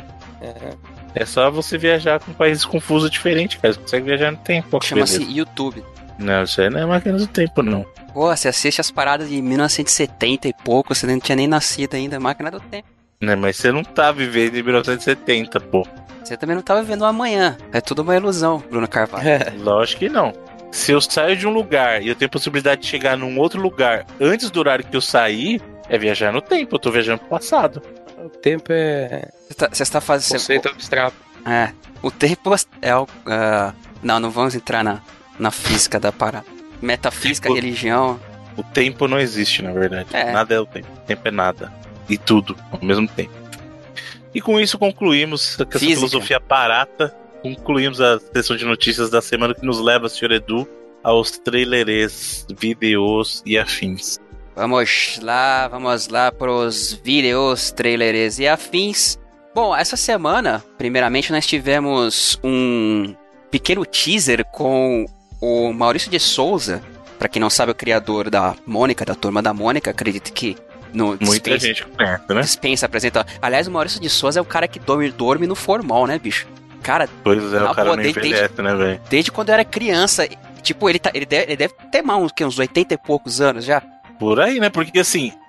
S1: É só você viajar com países confusos diferentes, cara. Você consegue viajar no tempo.
S2: Chama-se YouTube.
S1: Não, isso aí não é máquina do tempo, não.
S2: Pô, você assiste as paradas de 1970 e pouco, você não tinha nem nascido ainda, máquina do tempo.
S1: Né, mas você não tá vivendo em 1970, pô.
S2: Você também não tá vivendo o amanhã. É tudo uma ilusão, Bruno Carvalho.
S1: Lógico que não. Se eu saio de um lugar e eu tenho a possibilidade de chegar num outro lugar antes do horário que eu saí, é viajar no tempo. Eu tô viajando pro passado.
S3: O tempo é...
S2: Você está fazendo...
S3: Conceito abstrato.
S2: O tempo é algo... Não vamos entrar na física da parada. Metafísica, religião...
S1: O tempo não existe, na verdade. Nada é o tempo. O tempo é nada. E tudo, ao mesmo tempo. E com isso concluímos com essa filosofia barata. Concluímos a sessão de notícias da semana que nos leva, senhor Edu, aos trailerês, vídeos e afins.
S2: Vamos lá pros vídeos, trailers e afins. Bom, essa semana, primeiramente, nós tivemos um pequeno teaser com o Maurício de Souza. Pra quem não sabe, o criador da Mônica, da Turma da Mônica, acredito que
S1: muita gente conhece, né?
S2: Dispensa apresentar. Aliás, o Maurício de Souza é o cara que dorme no formal, né, bicho? Cara,
S1: pois é, o cara não envelhece, né, velho?
S2: Desde quando eu era criança, tipo, ele deve ter uns 80 e poucos anos já.
S1: Por aí, né? Porque assim,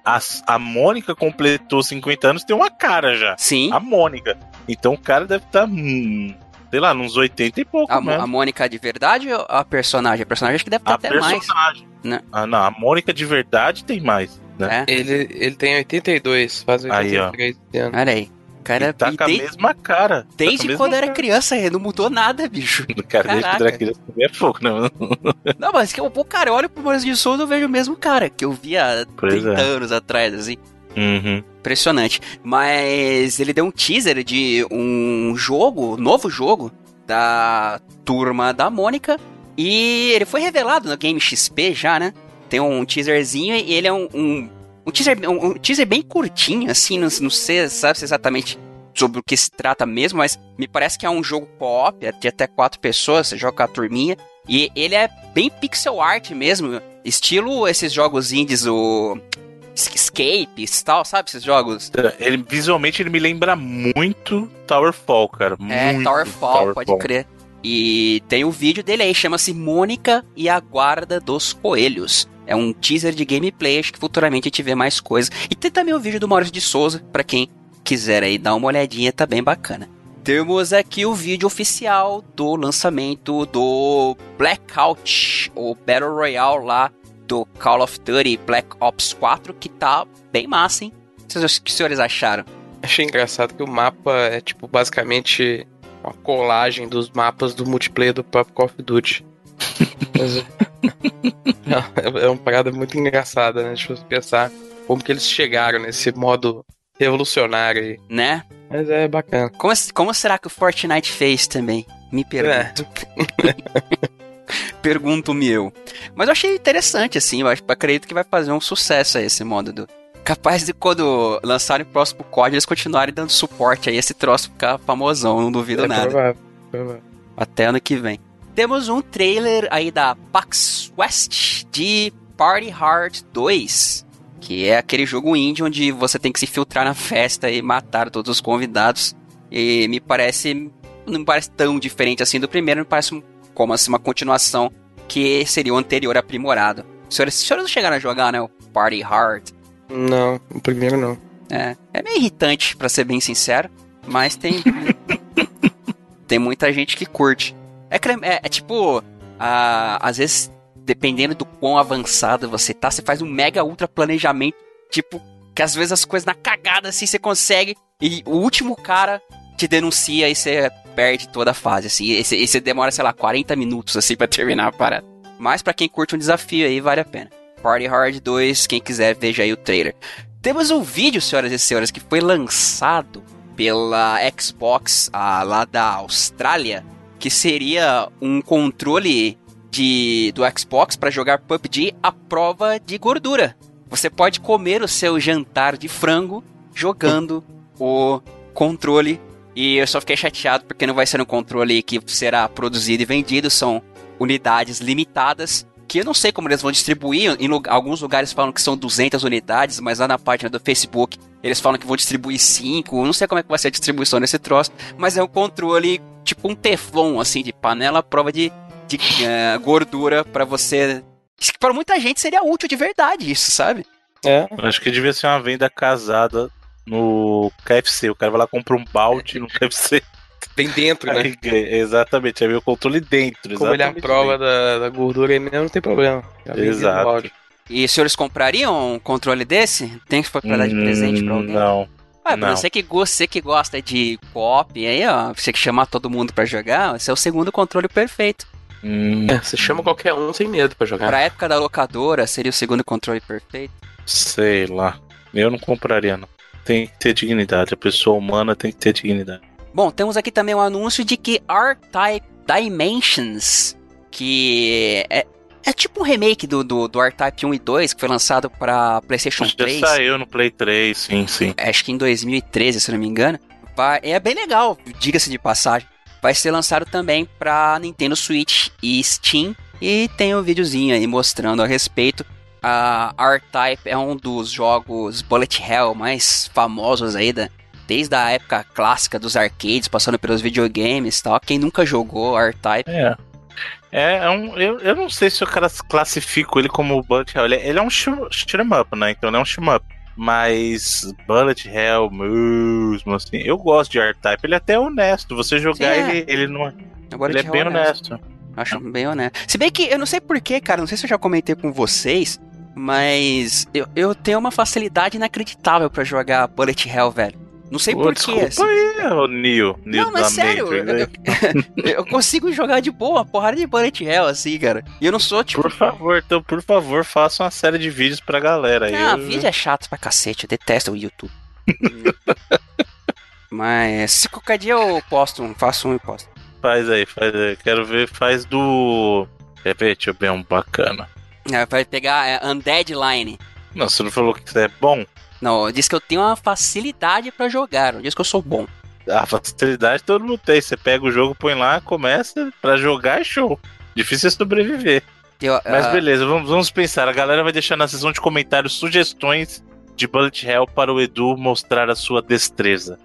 S1: a Mônica completou 50 anos, tem uma cara já.
S2: Sim.
S1: A Mônica. Então o cara deve estar, sei lá, uns 80 e pouco mesmo.
S2: A Mônica de verdade ou a personagem? A personagem acho que deve ter até mais. Né?
S1: Não, a Mônica de verdade tem mais, né?
S3: Ele tem 82, faz 83 anos.
S2: Olha aí. Cara,
S1: tá com a mesma cara.
S2: Desde quando era criança, não mudou nada, bicho.
S1: Cara, desde quando era criança também é pouco, não.
S2: Não, mas cara, eu olho pro Maurício de Souza e eu vejo o mesmo cara que eu via há 30 anos atrás, assim.
S1: Uhum.
S2: Impressionante. Mas ele deu um teaser de um novo jogo da Turma da Mônica. E ele foi revelado no Game XP já, né? Tem um teaserzinho e ele é um teaser bem curtinho, assim, não sei, sabe exatamente sobre o que se trata mesmo, mas me parece que é um jogo co-op, de até 4 pessoas, você joga com a turminha, e ele é bem pixel art mesmo, estilo esses jogos indies, o Escapes e tal, sabe, esses jogos?
S1: Visualmente ele me lembra muito Towerfall, cara. Muito
S2: Towerfall, pode crer. E tem o vídeo dele aí, chama-se Mônica e a Guarda dos Coelhos. É um teaser de gameplay, acho que futuramente a gente vê mais coisas. E tem também o vídeo do Maurício de Souza, pra quem quiser aí dar uma olhadinha, tá bem bacana. Temos aqui o vídeo oficial do lançamento do Blackout, o Battle Royale lá do Call of Duty Black Ops 4, que tá bem massa, hein? O que os senhores acharam?
S3: Achei engraçado que o mapa é, tipo, basicamente uma colagem dos mapas do multiplayer do próprio Call of Duty. É uma parada muito engraçada, né? Deixa eu pensar como que eles chegaram nesse modo revolucionário aí.
S2: Né?
S3: Mas é bacana.
S2: Como será que o Fortnite fez também? Me pergunto. Pergunto-me eu. Mas eu achei interessante, assim. Eu acredito que vai fazer um sucesso aí esse modo capaz de quando lançarem o próximo código eles continuarem dando suporte aí, esse troço ficar famosão, não duvido nada.
S3: Provável.
S2: Até ano que vem. Temos um trailer aí da PAX West de Party Hard 2, que é aquele jogo indie onde você tem que se filtrar na festa e matar todos os convidados. E não me parece tão diferente assim do primeiro, me parece como assim, uma continuação que seria o anterior aprimorado. Os senhores não chegaram a jogar, né, o Party Hard?
S3: Não, o primeiro não.
S2: É meio irritante, pra ser bem sincero, mas tem muita gente que curte. É tipo, às vezes, dependendo do quão avançado você tá, você faz um mega ultra planejamento, tipo, que às vezes as coisas na cagada assim você consegue, e o último cara te denuncia e você perde toda a fase, assim, e você demora, sei lá, 40 minutos, assim, pra terminar a parada. Mas pra quem curte um desafio aí, vale a pena. Party Hard 2, quem quiser, veja aí o trailer. Temos um vídeo, senhoras e senhores, que foi lançado pela Xbox, lá da Austrália, que seria um controle do Xbox para jogar PUBG à prova de gordura. Você pode comer o seu jantar de frango jogando o controle. E eu só fiquei chateado porque não vai ser um controle que será produzido e vendido, são unidades limitadas, que eu não sei como eles vão distribuir. Em alguns lugares falam que são 200 unidades, mas lá na página do Facebook eles falam que vão distribuir 5. Não sei como é que vai ser a distribuição desse troço, mas é um controle tipo um teflon, assim, de panela à prova de gordura pra você. Para muita gente seria útil de verdade isso, sabe?
S1: Acho que devia ser uma venda casada no KFC. O cara vai lá, compra um balde no KFC.
S3: Bem dentro, né?
S1: Exatamente, é meu controle dentro.
S3: Como ele é a prova da gordura aí mesmo, não tem problema.
S1: Exato.
S2: E os senhores comprariam um controle desse? Tem que pra dar de presente pra alguém?
S1: Não.
S2: Você que gosta de co-op, aí ó, você que chamar todo mundo pra jogar, esse é o segundo controle perfeito.
S3: Você chama qualquer um sem medo pra jogar.
S2: Pra época da locadora, seria o segundo controle perfeito?
S1: Sei lá. Eu não compraria, não. Tem que ter dignidade. A pessoa humana tem que ter dignidade.
S2: Bom, temos aqui também um anúncio de que R-Type Dimensions, que é tipo um remake do R-Type 1 e 2, que foi lançado pra PlayStation 3.
S1: Já saiu no Play 3, sim.
S2: Acho que em 2013, se não me engano. É bem legal, diga-se de passagem. Vai ser lançado também pra Nintendo Switch e Steam. E tem um videozinho aí mostrando a respeito. A R-Type é um dos jogos Bullet Hell mais famosos aí desde a época clássica dos arcades, passando pelos videogames e tal. Quem nunca jogou R-Type?
S1: Eu não sei se o cara classifica ele como Bullet Hell. Ele é um shoot 'em up, né? Então ele é um shoot 'em up. Mas Bullet Hell mesmo, assim, eu gosto de R-Type, ele é até honesto, você jogar
S2: Sim,
S1: ele não é...
S2: Agora
S1: Ele é
S2: de
S1: bem
S2: honesto.
S1: honesto.
S2: Acho bem honesto. Se bem que eu não sei porquê, cara, não sei se eu já comentei com vocês, mas eu tenho uma facilidade inacreditável pra jogar Bullet Hell, velho. Não sei porquê.
S1: Desculpa
S2: Assim.
S1: aí, o Neo
S2: Não, mas
S1: da
S2: sério,
S1: Matrix, né?
S2: eu consigo jogar de boa, porrada de Bullet Hell, assim, cara. E eu não sou, tipo...
S1: Por favor, faça uma série de vídeos pra galera aí.
S2: Ah, vídeo é chato pra cacete, eu detesto o YouTube. Mas se qualquer dia eu posto faço um e posto.
S1: Faz aí. Quero ver, faz do... Quer ver? Deixa eu ver um bacana.
S2: Vai pegar Undead Line.
S1: Não, você não falou que isso é bom?
S2: Não, eu disse que eu tenho uma facilidade pra jogar, não disse que eu sou bom.
S1: A facilidade todo mundo tem. Você pega o jogo, põe lá, começa pra jogar, é show. Difícil é sobreviver. Mas beleza, vamos pensar. A galera vai deixar na seção de comentários sugestões de Bullet Hell para o Edu mostrar a sua destreza.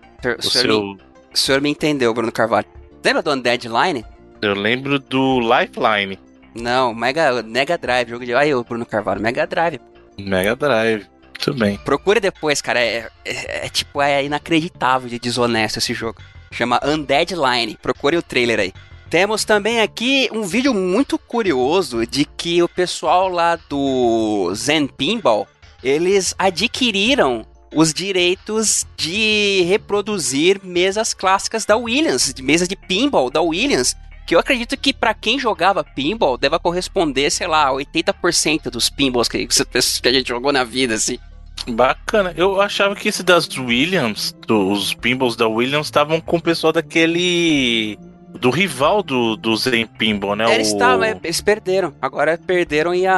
S2: O senhor me entendeu, Bruno Carvalho. Lembra do Undead Line?
S1: Eu lembro do Lifeline.
S2: Não, Mega Drive, jogo de... Aí, o Bruno Carvalho, Mega Drive.
S1: Mega Drive, muito bem.
S2: Procure depois, cara, é inacreditável de desonesto esse jogo. Chama Undead Line, procure o trailer aí. Temos também aqui um vídeo muito curioso de que o pessoal lá do Zen Pinball, eles adquiriram os direitos de reproduzir mesas clássicas da Williams, de mesas de pinball da Williams, que eu acredito que pra quem jogava pinball deva corresponder, sei lá, 80% dos pinballs que a gente jogou na vida, assim.
S1: Bacana. Eu achava que esse das Williams, os pinballs da Williams, estavam com o pessoal daquele... do rival do Zen Pinball, né?
S2: Eles perderam. Agora perderam e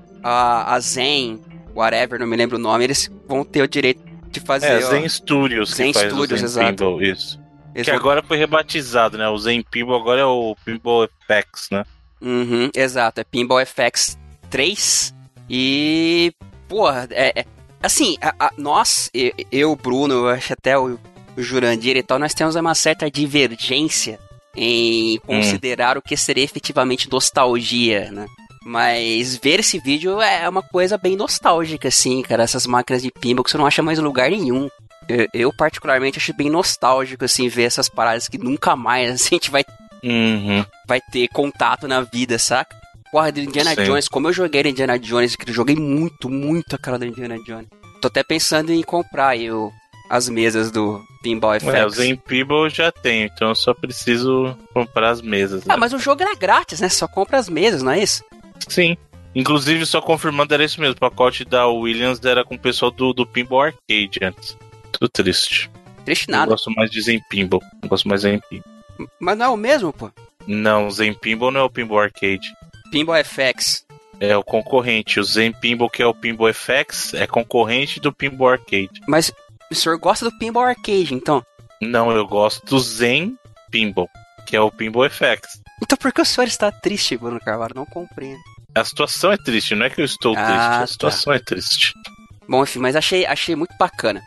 S2: a Zen, whatever, não me lembro o nome, eles vão ter o direito de fazer...
S1: Zen Studios,
S2: Zen
S1: que faz
S2: Studios,
S1: o Zen
S2: exato.
S1: Pinball, isso. Que agora foi rebatizado, né? O Zen Pinball agora é o Pinball FX, né?
S2: Uhum, exato, é Pinball FX 3 e... Porra, assim, nós, eu, o Bruno, eu acho até o Jurandir e tal, nós temos uma certa divergência em considerar o que seria efetivamente nostalgia, né? Mas ver esse vídeo é uma coisa bem nostálgica, assim, cara. Essas máquinas de pinball que você não acha mais em lugar nenhum. Eu particularmente acho bem nostálgico, assim, ver essas paradas que nunca mais assim, a gente vai ter contato na vida, saca? Porra, do Indiana Jones, como eu joguei no Indiana Jones, eu joguei muito a cara do Indiana Jones. Tô até pensando em comprar aí as mesas do Pinball FX.
S1: O Zen Pinball eu já tenho, então eu só preciso comprar as mesas.
S2: Ah, mas o jogo era grátis, né? Só compra as mesas, não é isso?
S1: Sim. Inclusive, só confirmando, era isso mesmo. O pacote da Williams era com o pessoal do Pinball Arcade antes. Tudo triste.
S2: Triste nada.
S1: Eu gosto mais de Zen Pinball. Eu gosto mais de Zen Pinball.
S2: Mas não é o mesmo, pô?
S1: Não, o Zen Pinball não é o Pinball Arcade.
S2: Pinball FX.
S1: É o concorrente. O Zen Pinball, que é o Pinball FX, é concorrente do Pinball Arcade.
S2: Mas o senhor gosta do Pinball Arcade, então?
S1: Não, eu gosto do Zen Pinball, que é o Pinball FX.
S2: Então por que o senhor está triste, Bruno Carvalho? Não compreendo.
S1: A situação é triste, não é que eu estou triste. A situação é triste.
S2: Bom, enfim, mas achei muito bacana.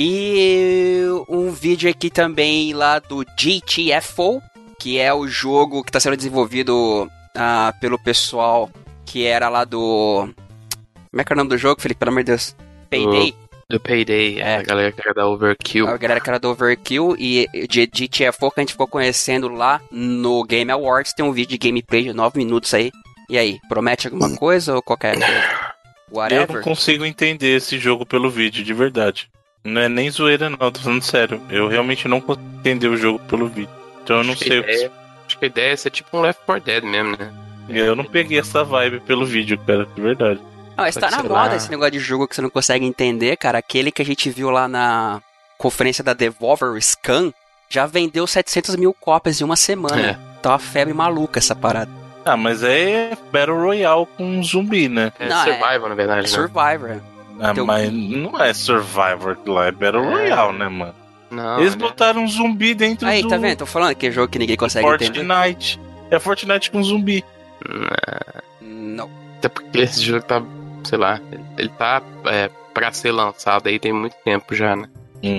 S2: E um vídeo aqui também lá do GTFO, que é o jogo que está sendo desenvolvido pelo pessoal que era lá do... Como é que é o nome do jogo, Felipe? Pelo amor de Deus. Payday.
S3: Do Payday, a galera que era da Overkill.
S2: A galera que era da Overkill e de GTFO que a gente ficou conhecendo lá no Game Awards. Tem um vídeo de gameplay de 9 minutos aí. E aí, promete alguma coisa ou qualquer coisa? Whatever.
S1: Eu não consigo entender esse jogo pelo vídeo, de verdade. Não é nem zoeira não, tô falando sério. Eu realmente não consigo entender o jogo pelo vídeo. Então eu não sei o que...
S3: Acho que a ideia é ser tipo um Left 4 Dead mesmo, né?
S1: Eu não peguei essa vibe pelo vídeo, cara, de verdade.
S2: Não, está na moda esse negócio de jogo que você não consegue entender, cara. Aquele que a gente viu lá na conferência da Devolver Scan já vendeu 700 mil cópias em uma semana. Tá uma febre maluca essa parada.
S1: Ah, mas é Battle Royale com zumbi, né?
S3: É Survivor, na verdade, né?
S2: Survivor.
S1: Ah, mas não é Survivor lá, é Battle Royale, né, mano?
S3: Não,
S1: eles botaram um zumbi dentro
S2: aí, tá vendo? Tô falando que é jogo que ninguém consegue entender.
S1: Fortnite. É Fortnite com zumbi.
S2: Não.
S3: Até porque esse jogo tá, sei lá, ele tá pra ser lançado aí tem muito tempo já, né?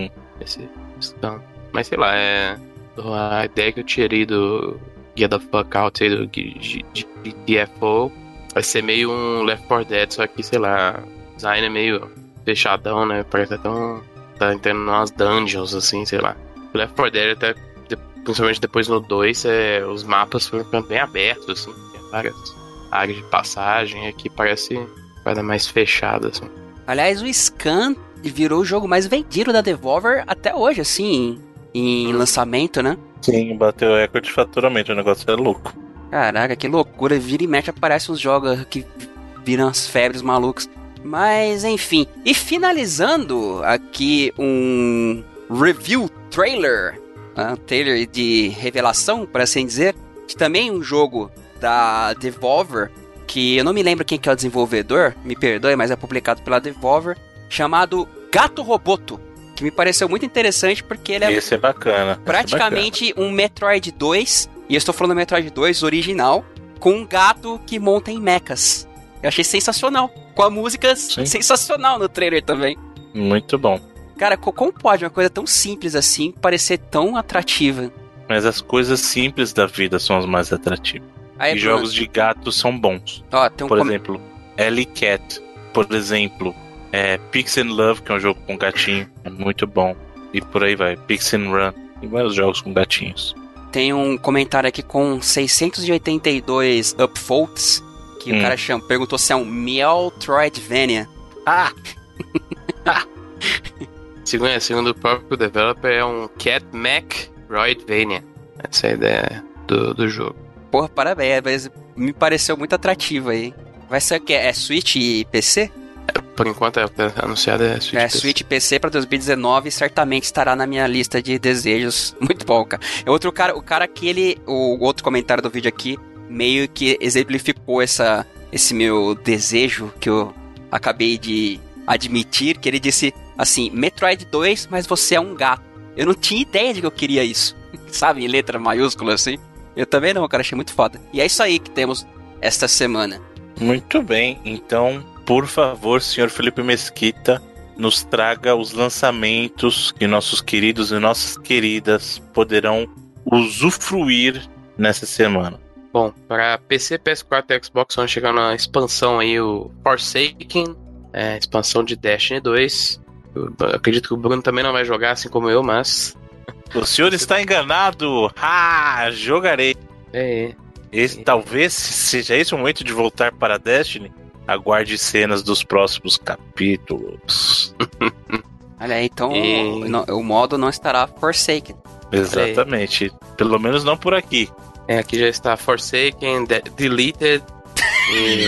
S3: Mas sei lá, a ideia que eu tirei do Get the Fuck Out aí do GTFO vai ser meio um Left 4 Dead, só que, sei lá, o design é meio fechadão, né? Parece até tá entrando em umas dungeons, assim, sei lá. O Left 4 Dead, até, principalmente depois no 2, os mapas foram ficando bem abertos, assim. Tem várias áreas de passagem. Aqui parece vai dar mais fechada, assim.
S2: Aliás, o Scan virou o jogo mais vendido da Devolver até hoje, assim, em lançamento, né?
S1: Sim, bateu recorde de faturamento, o negócio é louco.
S2: Caraca, que loucura. Vira e mexe aparecem uns jogos que viram as febres malucas. Mas, enfim. E finalizando aqui um review trailer, um trailer de revelação, por assim dizer, de também um jogo da Devolver, que eu não me lembro quem que é o desenvolvedor, me perdoe, mas é publicado pela Devolver, chamado Gato Roboto, que me pareceu muito interessante porque ele é
S1: Esse é bacana.
S2: praticamente um Metroid 2, e eu estou falando do Metroid 2 original, com um gato que monta em mechas. Eu achei sensacional, com a música sensacional no trailer também.
S1: Muito bom.
S2: Cara, como pode uma coisa tão simples assim parecer tão atrativa?
S1: Mas as coisas simples da vida são as mais atrativas.
S2: Aí,
S1: E jogos de gato são bons.
S2: Ó, tem um
S1: Por exemplo, Alley Cat. Por exemplo, Pix and Love, que é um jogo com gatinho. É muito bom. E por aí vai. Pix and Run. Tem vários jogos com gatinhos.
S2: Tem um comentário aqui com 682 upvotes, que o cara perguntou se é um Metroidvania.
S1: Ah!
S3: Segundo o próprio developer, é um Cat Metroidvania. Essa é a ideia do jogo.
S2: Porra, parabéns, mas me pareceu muito atrativo aí. Vai ser o quê? É Switch e PC?
S3: Por enquanto, anunciado é Switch PC.
S2: Switch e PC pra 2019 certamente estará na minha lista de desejos. Muito bom, cara. O cara que o outro comentário do vídeo aqui meio que exemplificou esse meu desejo que eu acabei de admitir, que ele disse assim, Metroid 2, mas você é um gato. Eu não tinha ideia de que eu queria isso. Sabe, em letra maiúscula assim. Eu também não, cara, achei muito foda. E é isso aí que temos esta semana.
S1: Muito bem, então, por favor, senhor Felipe Mesquita, nos traga os lançamentos que nossos queridos e nossas queridas poderão usufruir nessa semana.
S3: Bom, para PC, PS4 e Xbox vão chegar na expansão aí, o Forsaken, expansão de Destiny 2. Eu acredito que o Bruno também não vai jogar, assim como eu, mas...
S1: O senhor está enganado! Jogarei! Talvez seja esse o momento de voltar para Destiny. Aguarde cenas dos próximos capítulos.
S2: Olha aí, então o modo não estará Forsaken.
S1: Exatamente. Pelo menos não por aqui.
S3: Aqui já está Forsaken, Deleted e...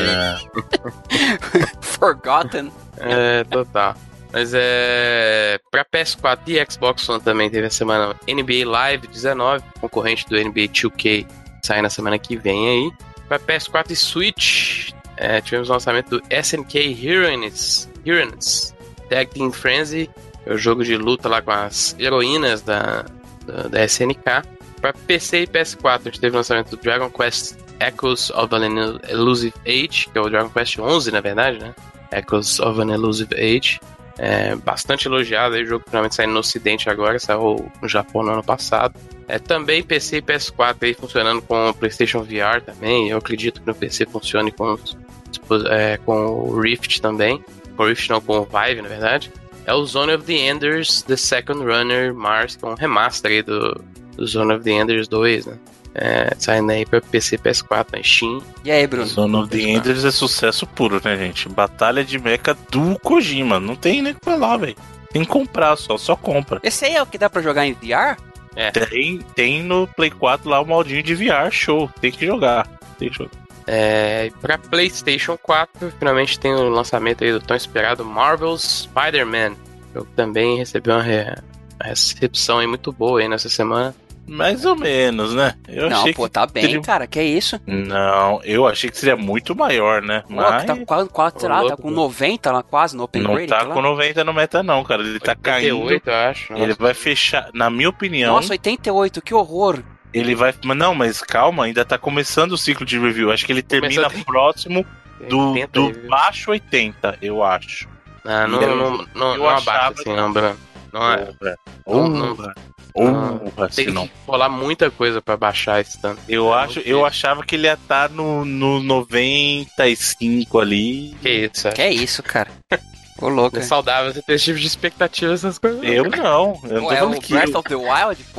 S2: Forgotten.
S3: Total. Mas pra PS4 e Xbox One também teve a semana NBA Live 19, concorrente do NBA 2K, sai na semana que vem aí. Pra PS4 e Switch, tivemos o lançamento do SNK Heroines Tag Team Frenzy, é o jogo de luta lá com as heroínas da SNK. Pra PC e PS4, a gente teve o lançamento do Dragon Quest Echoes of an Elusive Age, que é o Dragon Quest 11, na verdade, né? Echoes of an Elusive Age. Bastante elogiado aí, o jogo finalmente saindo no ocidente agora, saiu no Japão no ano passado. Também PC e PS4 aí funcionando com o PlayStation VR também. Eu acredito que no PC funcione com o Rift também. Com o Rift não, com o Vive, na verdade. É o Zone of the Enders, The Second Runner Mars, que é um remaster aí do Zone of the Enders 2, né? Saindo aí pra PC e PS4 na Steam.
S2: E aí, Bruno?
S1: Zone of the Enders é sucesso puro, né, gente? Batalha de mecha do Kojima. Não tem nem o que falar, velho. Tem que comprar, só compra.
S2: Esse aí é o que dá pra jogar em VR?
S1: Tem no Play 4 lá o modinho de VR, show. Tem que jogar.
S3: Pra PlayStation 4, finalmente tem o lançamento aí do tão esperado Marvel's Spider-Man. O jogo também recebeu uma recepção aí muito boa aí nessa semana.
S1: Mais ou menos, né?
S2: Tá bem, cara, que é isso?
S1: Não, eu achei que seria muito maior, né?
S2: Mas... Tá com 90 lá quase no Open Grade.
S1: Não tá com 90 no meta não, cara. Ele 88, tá caindo.
S3: Eu acho.
S1: Ele vai fechar, na minha opinião...
S2: Nossa, 88, que horror.
S1: Ele vai... Não, mas calma, ainda tá começando o ciclo de review. Acho que ele termina próximo do baixo 80, eu acho.
S3: Não abaixa assim, não, Bruno. Tem que rolar muita coisa pra baixar esse tanto.
S1: Eu achava que ele ia estar no 95 ali.
S3: Que isso,
S2: Que é isso, cara? Ô, louco.
S3: É saudável você ter esse tipo de expectativa, essas coisas.
S1: Eu não tô
S2: É
S1: falando
S2: o
S1: que
S2: Breath of the Wild, pô.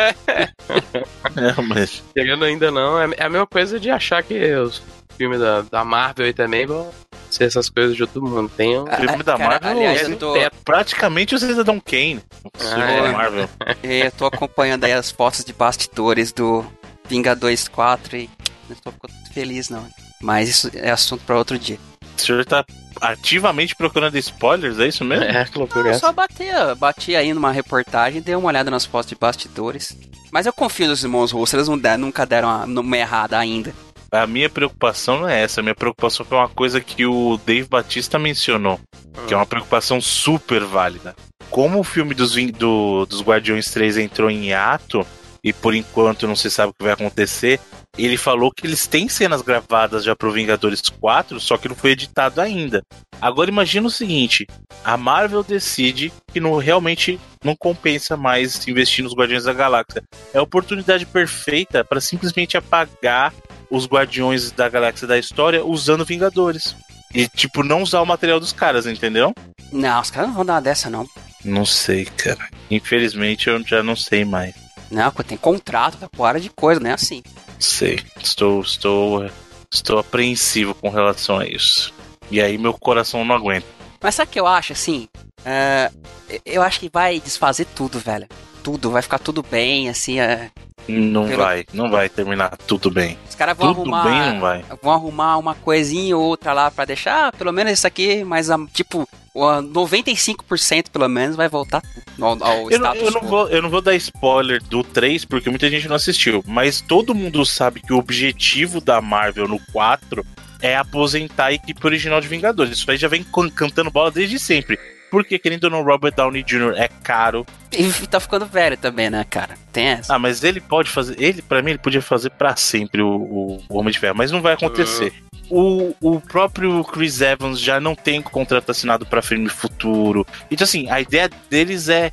S1: mas
S3: Chegando ainda não, é a mesma coisa de achar que os filmes da Marvel aí também vão ser essas coisas de outro mundo. Tem um
S1: filme da
S2: cara,
S1: Marvel
S2: aliás,
S1: é
S2: eu tô,
S1: praticamente o Cidadão Kane. O filme
S3: é.
S1: da Marvel.
S2: eu tô acompanhando aí as fotos de bastidores do Vingadores 4 e não estou ficando feliz, não. Mas isso é assunto pra outro dia.
S1: O senhor tá ativamente procurando spoilers, é isso mesmo?
S3: que loucura
S2: Eu
S3: essa.
S2: só bati aí numa reportagem, dei uma olhada nas fotos de bastidores. Mas eu confio nos irmãos russos, eles nunca deram uma errada ainda.
S1: A minha preocupação não é essa. A minha preocupação foi uma coisa que o Dave Bautista mencionou, que é uma preocupação super válida. Como o filme dos Guardiões 3 entrou em hiato, e por enquanto não se sabe o que vai acontecer, ele falou que eles têm cenas gravadas já pro Vingadores 4, só que não foi editado ainda. Agora imagina o seguinte, a Marvel decide que realmente não compensa mais investir nos Guardiões da Galáxia. É a oportunidade perfeita para simplesmente apagar os Guardiões da Galáxia da história usando Vingadores. E, tipo, não usar o material dos caras, entendeu?
S2: Não, os caras não vão dar uma dessa, não.
S1: Não sei, cara. Infelizmente eu já não sei mais.
S2: Não, tem contrato, tá porra de coisa, não é assim.
S1: Sei. Estou apreensivo com relação a isso. E aí meu coração não aguenta.
S2: Mas sabe o que eu acho, assim? Eu acho que vai desfazer tudo, velho. Tudo, vai ficar tudo bem, assim.
S1: Não vai terminar tudo bem.
S2: Os caras vão
S1: Tudo bem não vai.
S2: Vão arrumar uma coisinha ou outra lá pra deixar, pelo menos isso aqui, mas tipo, 95% pelo menos vai voltar ao status quo.
S1: Eu não vou dar spoiler do 3, porque muita gente não assistiu. Mas todo mundo sabe que o objetivo da Marvel no 4 é aposentar a equipe original de Vingadores. Isso aí já vem cantando bola desde sempre. Porque, querendo ou não, Robert Downey Jr. é caro.
S2: E tá ficando velho também, né, cara? Tem essa.
S1: Ah, mas ele pode fazer... Pra mim, ele podia fazer pra sempre o Homem de Ferro. Mas não vai acontecer. O próprio Chris Evans já não tem contrato assinado pra filme futuro. Então, assim, a ideia deles é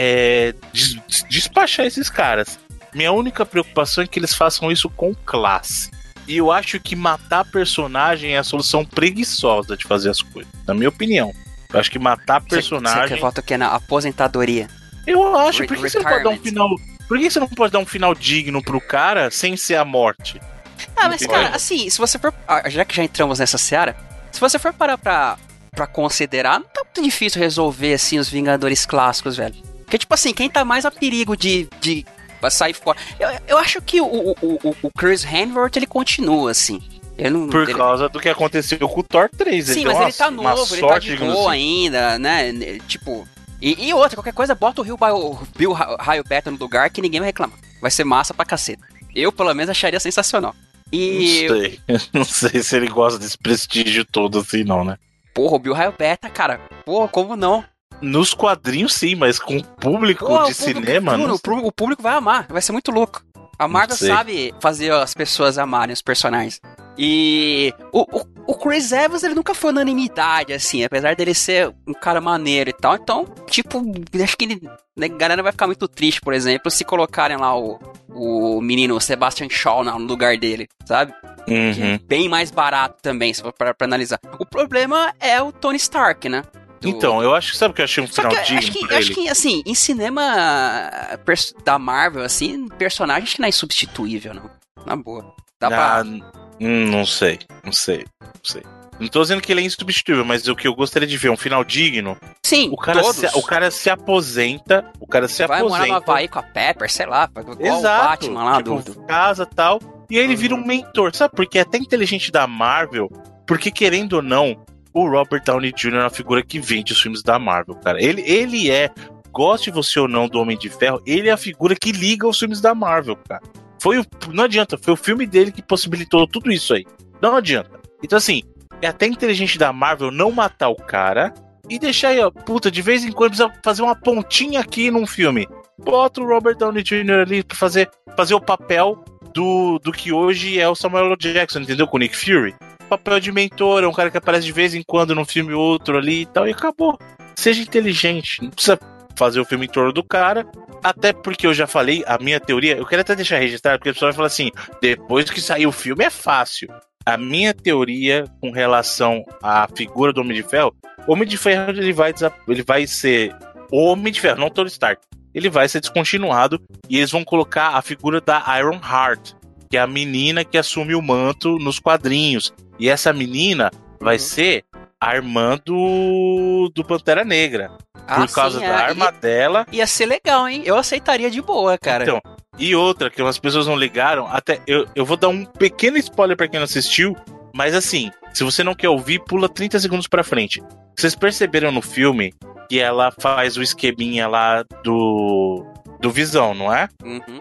S1: despachar esses caras. Minha única preocupação é que eles façam isso com classe. E eu acho que matar personagem é a solução preguiçosa de fazer as coisas. Na minha opinião. Eu acho que matar personagem...
S2: Você volta aqui na aposentadoria.
S1: Eu acho. Por que você não pode dar um final... Por que você não pode dar um final digno pro cara sem ser a morte?
S2: Ah, mas cara, assim, se você for... Já que já entramos nessa seara, se você for parar pra considerar, não tá muito difícil resolver, assim, os Vingadores clássicos, velho. Porque, tipo assim, quem tá mais a perigo de sair fora... Eu acho que o Chris Hemsworth, ele continua, assim.
S1: Por causa do que aconteceu com o Thor 3.
S2: Sim, mas ele tá novo, ele tá de boa ainda, né? Tipo... E outra, qualquer coisa, bota o Bill Raio Beta no lugar que ninguém vai reclamar. Vai ser massa pra caceta. Eu, pelo menos, acharia sensacional.
S1: Não sei se ele gosta desse prestígio todo assim, não, né?
S2: Porra, o Bill Raio Beta, cara. Porra, como não?
S1: Nos quadrinhos, sim, mas com o público de cinema...
S2: O público vai amar, vai ser muito louco. A Marvel sabe fazer as pessoas amarem os personagens. E o Chris Evans, ele nunca foi unanimidade, assim, apesar dele ser um cara maneiro e tal. Então, tipo, acho que a galera vai ficar muito triste, por exemplo, se colocarem lá o menino Sebastian Shaw no lugar dele, sabe?
S1: Uhum.
S2: Que é bem mais barato também, se for pra analisar. O problema é o Tony Stark, né?
S1: Então, eu acho que sabe que eu achei um final digno pra ele?
S2: Acho que, assim, em cinema da Marvel, assim, personagem acho que não é insubstituível, não. Na boa. Dá pra...
S1: Não sei. Não tô dizendo que ele é insubstituível, mas o que eu gostaria de ver é um final digno.
S2: Sim,
S1: o cara se aposenta. Vai
S2: morar no Havaí com a Pepper, sei lá. Igual
S1: exato,
S2: o Batman lá
S1: tipo, casa e tal. E aí ele vira um mentor, sabe? Porque é até inteligente da Marvel. Porque, querendo ou não, o Robert Downey Jr. é uma figura que vende os filmes da Marvel, cara. Ele é, goste você ou não do Homem de Ferro, ele é a figura que liga os filmes da Marvel, cara. Não adianta, foi o filme dele que possibilitou tudo isso aí. Não adianta. Então, assim, é até inteligente da Marvel não matar o cara e deixar aí, ó, puta, de vez em quando precisa fazer uma pontinha aqui num filme. Bota o Robert Downey Jr. ali pra fazer o papel do que hoje é o Samuel L. Jackson, entendeu? Com o Nick Fury. Papel de mentor, é um cara que aparece de vez em quando num filme ou outro ali e tal, e acabou. Seja inteligente, não precisa fazer o filme em torno do cara, até porque eu já falei, a minha teoria, eu quero até deixar registrado, porque a pessoa vai falar assim, depois que sair o filme é fácil. A minha teoria com relação à figura do Homem de Ferro O Homem de Ferro ele vai ser o Homem de Ferro, não Tony Stark. Ele vai ser descontinuado e eles vão colocar a figura da Iron Heart, que é a menina que assume o manto nos quadrinhos. E essa menina vai ser a irmã do Pantera Negra. Por causa da arma dela.
S2: Ia ser legal, hein? Eu aceitaria de boa, cara.
S1: Então, e outra que as pessoas não ligaram, até eu vou dar um pequeno spoiler pra quem não assistiu, mas assim, se você não quer ouvir, pula 30 segundos pra frente. Vocês perceberam no filme que ela faz o esqueminha lá do Visão, não é?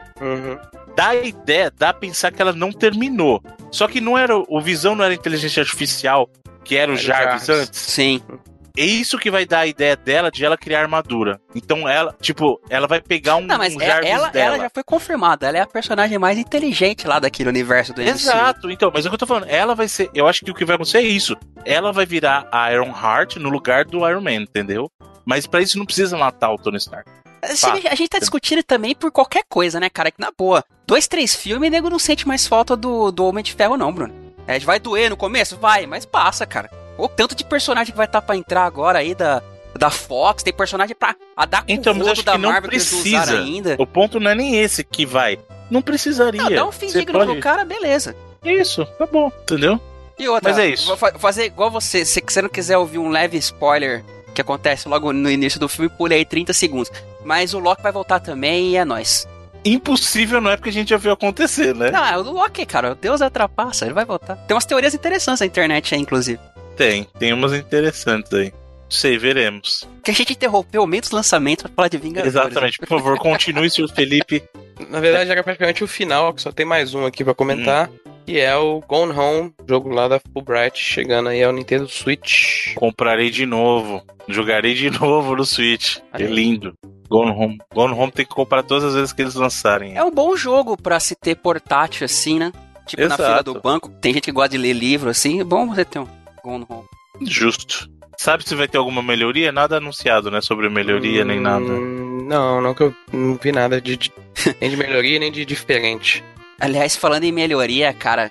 S1: Dá a ideia, dá a pensar que ela não terminou. Só que não era o Visão, não era inteligência artificial, que era o Jarvis antes.
S2: Sim.
S1: É isso que vai dar a ideia dela de ela criar armadura. Então ela, ela vai pegar um
S2: Jarvis
S1: dela.
S2: Ela já foi confirmada, ela é a personagem mais inteligente lá daquele universo do MCU.
S1: Exato, então, mas é o que eu tô falando, ela vai ser, eu acho que o que vai acontecer é isso. Ela vai virar a Iron Heart no lugar do Iron Man, entendeu? Mas pra isso não precisa matar o Tony Stark.
S2: A gente tá discutindo também por qualquer coisa, né, cara? Que na boa, 2, 3 filmes, nego não sente mais falta do Homem de Ferro, não, Bruno. Vai doer no começo? Vai, mas passa, cara. O tanto de personagem que vai estar pra entrar agora aí da Fox, tem personagem pra dar com
S1: então, mas acho
S2: da
S1: que não
S2: Marvel
S1: precisa.
S2: Que eles usaram ainda.
S1: O ponto não é nem esse que vai. Não precisaria. Não,
S2: dá um fim digno pro cara, beleza.
S1: Isso, tá bom, entendeu?
S2: E outra,
S1: mas é isso.
S2: Vou fazer igual você, se você não quiser ouvir um leve spoiler que acontece logo no início do filme, pule aí 30 segundos. Mas o Loki vai voltar também e é nóis.
S1: Impossível não é porque a gente já viu acontecer, né?
S2: Não, é o Loki, cara, o Deus da trapaça, ele vai voltar. Tem umas teorias interessantes na internet aí, inclusive.
S1: Tem umas interessantes aí. Sei, veremos.
S2: Que a gente interrompeu o meio dos lançamentos pra falar de Vingadores.
S1: Exatamente, por favor, continue, senhor Felipe.
S3: Na verdade, era praticamente o final, que só tem mais um aqui pra comentar. Que é o Gone Home, jogo lá da Fulbright, chegando aí ao Nintendo Switch.
S1: Comprarei de novo. Jogarei de novo no Switch. É lindo. Gone Home. Gone Home tem que comprar todas as vezes que eles lançarem.
S2: É um bom jogo pra se ter portátil assim, né? Tipo, exato. Na fila do banco. Tem gente que gosta de ler livro assim. É bom você ter um Gone Home.
S1: Justo. Sabe se vai ter alguma melhoria? Nada anunciado, né? Sobre melhoria, nem nada.
S3: Não que eu não vi nada nem de melhoria, nem de diferente.
S2: Aliás, falando em melhoria, cara,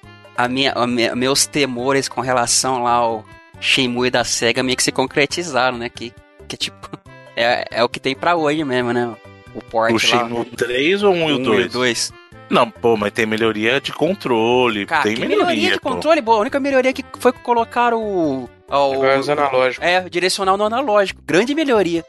S2: meus temores com relação lá ao Shenmue da SEGA meio que se concretizaram, né? Que tipo, é o que tem pra hoje mesmo, né? O port
S1: o Shenmue 3 ou 1 e o 2?
S2: 1 e 2.
S1: Não, pô, mas tem melhoria de controle.
S2: Cara,
S1: tem
S2: melhoria de controle, boa. A única melhoria que foi colocar o
S3: analógico.
S2: O direcional no analógico. Grande melhoria.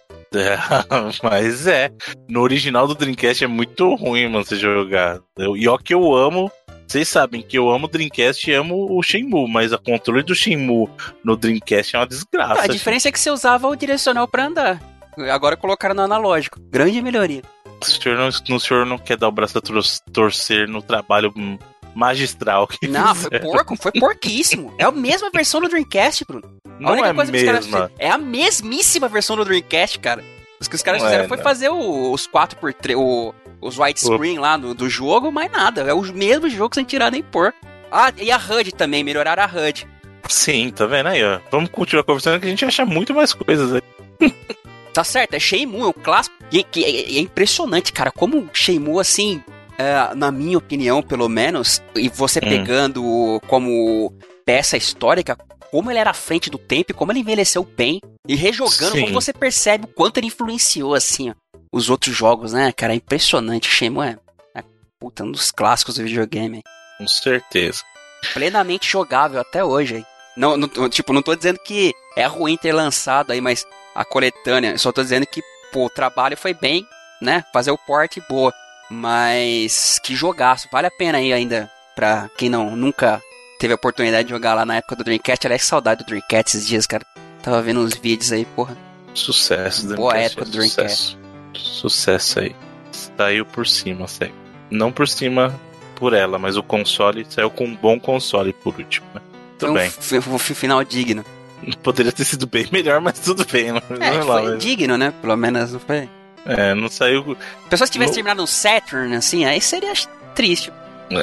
S1: Mas no original do Dreamcast é muito ruim, mano, você jogar. E ó que eu amo, vocês sabem que eu amo o Dreamcast e amo o Shenmue, mas a controle do Shenmue no Dreamcast é uma desgraça.
S2: A diferença é que você usava o direcional pra andar. Agora colocaram no analógico. Grande melhoria.
S1: O senhor não quer dar o braço a torcer no trabalho magistral que
S2: não,
S1: fizeram.
S2: foi porquíssimo. É a mesma versão do Dreamcast, Bruno.
S1: Não é a mesma.
S2: É a mesmíssima versão do Dreamcast, cara. O que os caras fizeram foi fazer os 4x3, os widescreen lá do jogo, mas nada. É o mesmo jogo sem tirar nem pôr. Ah, e a HUD também, melhoraram a HUD.
S1: Sim, tá vendo aí, ó. Vamos continuar conversando que a gente acha muito mais coisas aí.
S2: Tá certo, é Shenmue, é um clássico. É impressionante, cara, como Shenmue, assim, na minha opinião, pelo menos, e você pegando como peça histórica, como ele era à frente do tempo e como ele envelheceu bem, e rejogando, como você percebe o quanto ele influenciou, assim, ó, os outros jogos, né, cara, é impressionante. Shenmue é um dos clássicos do videogame.
S1: Com certeza.
S2: Plenamente jogável até hoje, aí. Não, tipo, não tô dizendo que é ruim ter lançado aí, mas a coletânea, só tô dizendo que, pô, o trabalho foi bem, né, fazer o port boa, mas que jogaço, vale a pena aí ainda, pra quem nunca teve a oportunidade de jogar lá na época do Dreamcast. Aliás, que saudade do Dreamcast esses dias, cara, tava vendo uns vídeos aí, porra.
S1: Sucesso,
S2: Dreamcast. Boa época do Dreamcast.
S1: Sucesso aí, saiu por cima, sério. Não por cima por ela, mas o console saiu com um bom console por último, né? Tudo bem.
S2: Um final digno.
S1: Poderia ter sido bem melhor, mas tudo bem.
S2: Foi digno, né? Pelo menos não foi.
S1: Não saiu.
S2: Pessoas tivesse terminado no Saturn, assim, aí seria triste.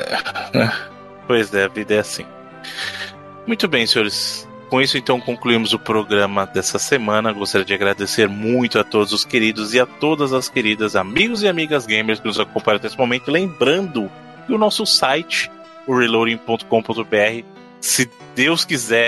S1: Pois é, a vida é assim. Muito bem, senhores. Com isso, então, concluímos o programa dessa semana. Gostaria de agradecer muito a todos os queridos e a todas as queridas amigos e amigas gamers que nos acompanham até esse momento. Lembrando que o nosso site, o reloading.com.br, se Deus quiser,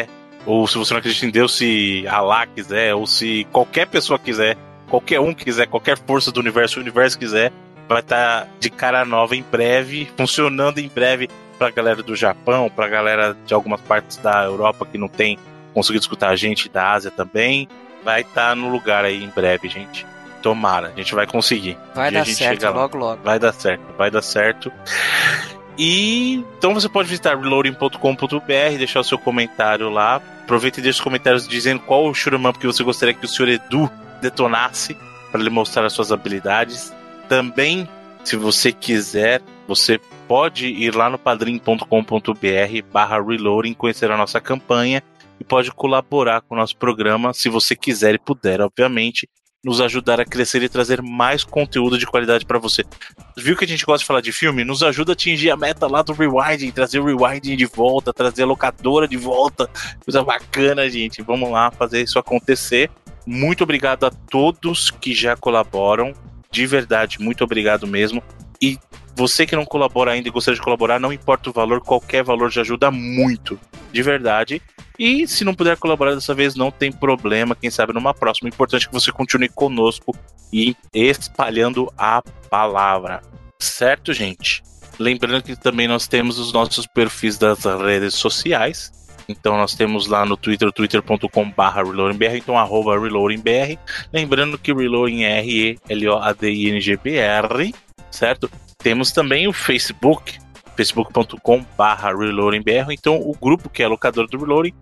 S1: ou se você não acredita em Deus, se Allah quiser, ou se qualquer pessoa quiser, qualquer um quiser, qualquer força do universo, o universo quiser, vai estar de cara nova em breve, funcionando em breve pra galera do Japão, pra galera de algumas partes da Europa que não tem conseguido escutar a gente, da Ásia também. Vai estar no lugar aí em breve, gente. Tomara, a gente vai conseguir.
S2: Vai dar certo, logo, logo.
S1: Vai dar certo. E então você pode visitar reloading.com.br, deixar o seu comentário lá. Aproveita e deixa os comentários dizendo qual o shoot'em up que você gostaria que o Sr. Edu detonasse, para ele mostrar as suas habilidades. Também, se você quiser, você pode ir lá no padrim.com.br/reloading, conhecer a nossa campanha e pode colaborar com o nosso programa, se você quiser e puder, obviamente, nos ajudar a crescer e trazer mais conteúdo de qualidade para você. Viu que a gente gosta de falar de filme? Nos ajuda a atingir a meta lá do Rewinding, trazer o Rewinding de volta, trazer a locadora de volta. Coisa bacana, gente. Vamos lá fazer isso acontecer. Muito obrigado a todos que já colaboram. De verdade, muito obrigado mesmo. E você que não colabora ainda e gostaria de colaborar, não importa o valor, qualquer valor já ajuda muito. De verdade. E se não puder colaborar dessa vez, não tem problema. Quem sabe numa próxima. O importante é que você continue conosco e espalhando a palavra. Certo, gente? Lembrando que também nós temos os nossos perfis das redes sociais. Então nós temos lá no Twitter, twitter.com/reloadingbr, então @reloadingbr. Lembrando que Reloading é RELOADINGBR, certo? Temos também o Facebook, facebook.com/reloadingbr, então o grupo que é a locadora do Reloading,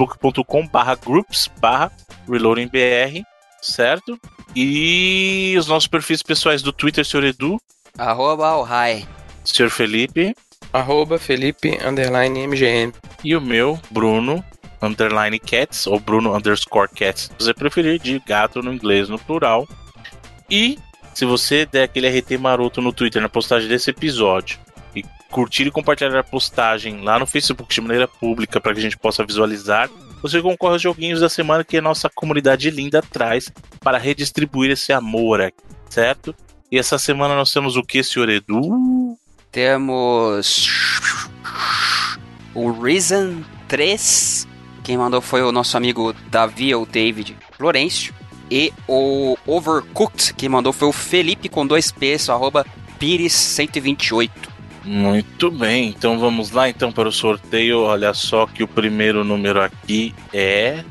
S1: facebook.com/groups/reloadingbr, certo? E os nossos perfis pessoais do Twitter, Sr. Edu,
S2: @alhai,
S1: Sr. Felipe,
S3: @Felipe_MGM.
S1: e o meu, Bruno _Cats, ou Bruno _Cats, se você preferir, de gato no inglês, no plural. E se você der aquele RT maroto no Twitter, na postagem desse episódio, e curtir e compartilhar a postagem lá no Facebook de maneira pública para que a gente possa visualizar, você concorre aos joguinhos da semana que a nossa comunidade linda traz para redistribuir esse amor aqui, certo? E essa semana nós temos o que, Sr. Edu?
S2: Temos o Reason 3. Quem mandou foi o nosso amigo Davi ou David Florencio. E o Overcooked, quem mandou foi o Felipe com 2 P's, @Pires128.
S1: Muito bem, então vamos lá então para o sorteio. Olha só que o primeiro número aqui é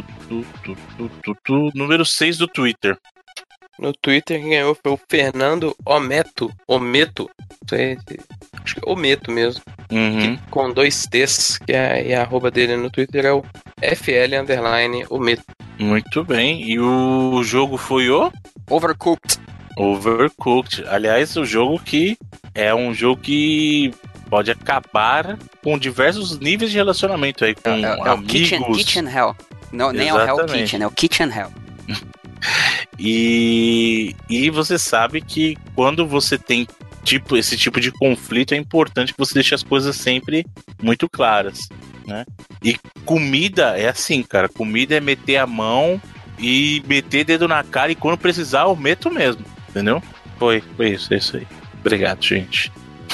S1: número 6 do Twitter.
S3: No Twitter quem ganhou foi o Fernando Ometo. Acho que é Ometo mesmo.
S1: Uhum.
S3: Com 2 T's, que é, e a arroba dele no Twitter é o FL_Ometo.
S1: Muito bem, e o jogo foi o
S2: Overcooked.
S1: Aliás, o jogo que é um jogo que pode acabar com diversos níveis de relacionamento aí, com amigos.
S2: É o Kitchen Hell. Não, nem é o Hell Kitchen, é o Kitchen Hell.
S1: E você sabe que quando você tem esse tipo de conflito, é importante que você deixe as coisas sempre muito claras, né? E comida é assim, cara. Comida é meter a mão e meter dedo na cara, e quando precisar eu meto mesmo, entendeu? Foi isso, é isso aí. Obrigado, gente.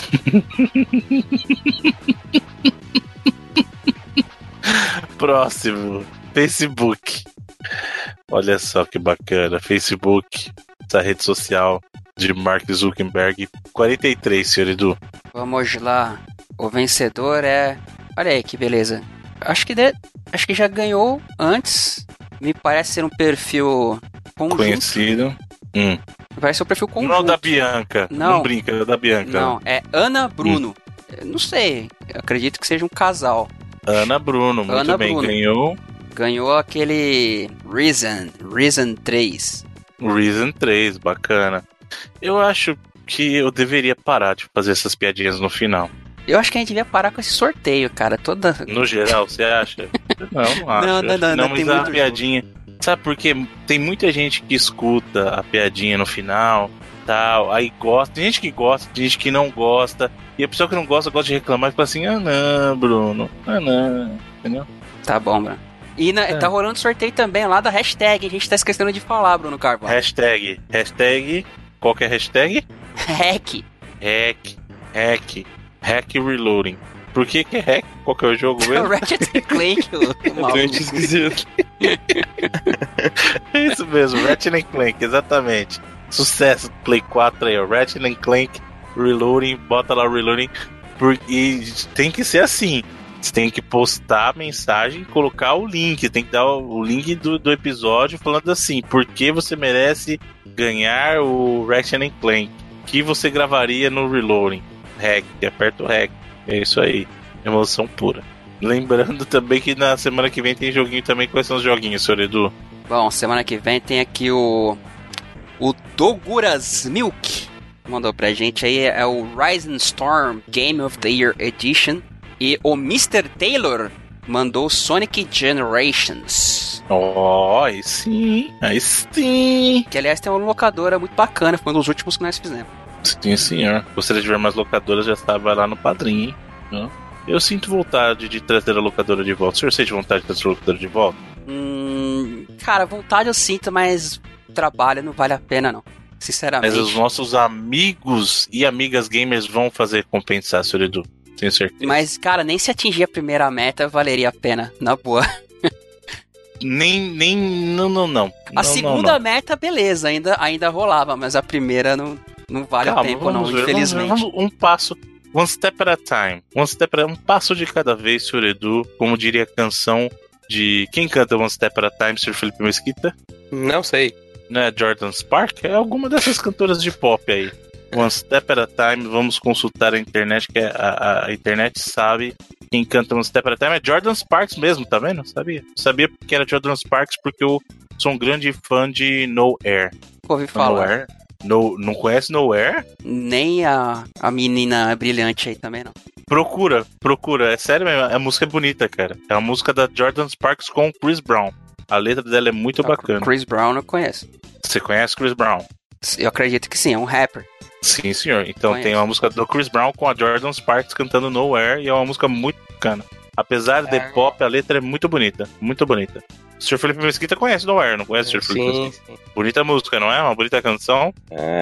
S1: Próximo, Facebook. Olha só que bacana, Facebook, essa rede social de Mark Zuckerberg. 43, Sr. Edu.
S2: Vamos lá. O vencedor é... Olha aí que beleza. Acho que já ganhou antes. Me parece ser um perfil conjunto.
S1: Conhecido.
S2: Parece ser um perfil conjunto.
S1: Não da Bianca. Não brinca, é da Bianca.
S2: Não, é Ana Bruno. Não sei, eu acredito que seja um casal.
S1: Ana Bruno, muito
S2: Ana
S1: bem.
S2: Bruno. Ganhou aquele Reason 3.
S1: Reason 3, bacana. Eu acho que eu deveria parar de fazer essas piadinhas no final.
S2: Eu acho que a gente devia parar com esse sorteio, cara.
S1: No geral, você acha? Não acho.
S2: Não,
S1: mas
S2: tem
S1: a
S2: muito
S1: piadinha... Sabe por quê? Tem muita gente que escuta a piadinha no final, tal, aí gosta. Tem gente que gosta, tem gente que não gosta. E a pessoa que não gosta de reclamar e fala assim, não, Bruno, não, entendeu?
S2: Tá bom, Bruno. E tá rolando sorteio também lá da hashtag. A gente tá esquecendo de falar, Bruno Carvalho.
S1: Hashtag. Qual que é a hashtag?
S2: Hack
S1: Reloading. Por que é hack? Qual que é o jogo mesmo?
S2: Ratchet Clank, o maluco.
S3: Esquisito.
S1: É isso mesmo, Ratchet Clank, exatamente. Sucesso do Play 4 aí, ó. Ratchet Clank Reloading, bota lá o Reloading. E tem que ser assim. Você tem que postar a mensagem e colocar o link. Tem que dar o link do episódio falando assim: por que você merece ganhar o Ratchet Clank? Que você gravaria no Reloading? Hack, aperta o hack. É isso aí. Emoção pura. Lembrando também que na semana que vem tem joguinho também. Quais são os joguinhos, senhor Edu?
S2: Bom, semana que vem tem aqui o Doguras Milk. Mandou pra gente aí, é o Rising Storm Game of the Year Edition. E o Mr. Taylor mandou Sonic Generations.
S1: Aí sim, aí sim.
S2: Que aliás tem uma locadora muito bacana, foi um dos últimos que nós fizemos.
S1: Sim, senhor. Gostaria de ver mais locadoras, já estava lá no Padrim, hein? Eu sinto vontade de trazer a locadora de volta. O senhor sente vontade de trazer a locadora de volta?
S2: Cara, vontade eu sinto, mas trabalho não vale a pena não. Sinceramente.
S1: Mas os nossos amigos e amigas gamers vão fazer compensar, senhor Edu. Tenho certeza.
S2: Mas, cara, nem se atingir a primeira meta valeria a pena, na boa.
S1: Não.
S2: A segunda meta, beleza, ainda rolava, mas a primeira não vale a tempo, não, infelizmente.
S1: Vamos um passo, one step at a time. Um passo de cada vez, senhor Edu. Como diria a canção de... Quem canta One Step at a Time, senhor Felipe Mesquita?
S3: Não sei.
S1: Não é Jordan Spark? É alguma dessas cantoras de pop aí. One Step at a Time, vamos consultar a internet, que a internet sabe quem canta One Step at a Time. É Jordan Sparks mesmo, tá vendo? Sabia que era Jordan Sparks porque eu sou um grande fã de No Air.
S2: Ouvi falar.
S1: No Air? Não conhece No Air?
S2: Nem a menina brilhante aí também, não.
S1: Procura. É sério mesmo, a música é bonita, cara. É uma música da Jordan Sparks com Chris Brown. A letra dela é muito bacana.
S2: Chris Brown eu conheço.
S1: Você conhece Chris Brown?
S2: Eu acredito que sim, é um rapper.
S1: Sim, senhor. Então tem uma música do Chris Brown com a Jordan Sparks cantando Nowhere e é uma música muito bacana. Apesar de pop, a letra é muito bonita. Muito bonita. O Sr. Felipe Mesquita conhece Nowhere, não conhece o Sr. Felipe Mesquita? Sim. Bonita música, não é? Uma bonita canção.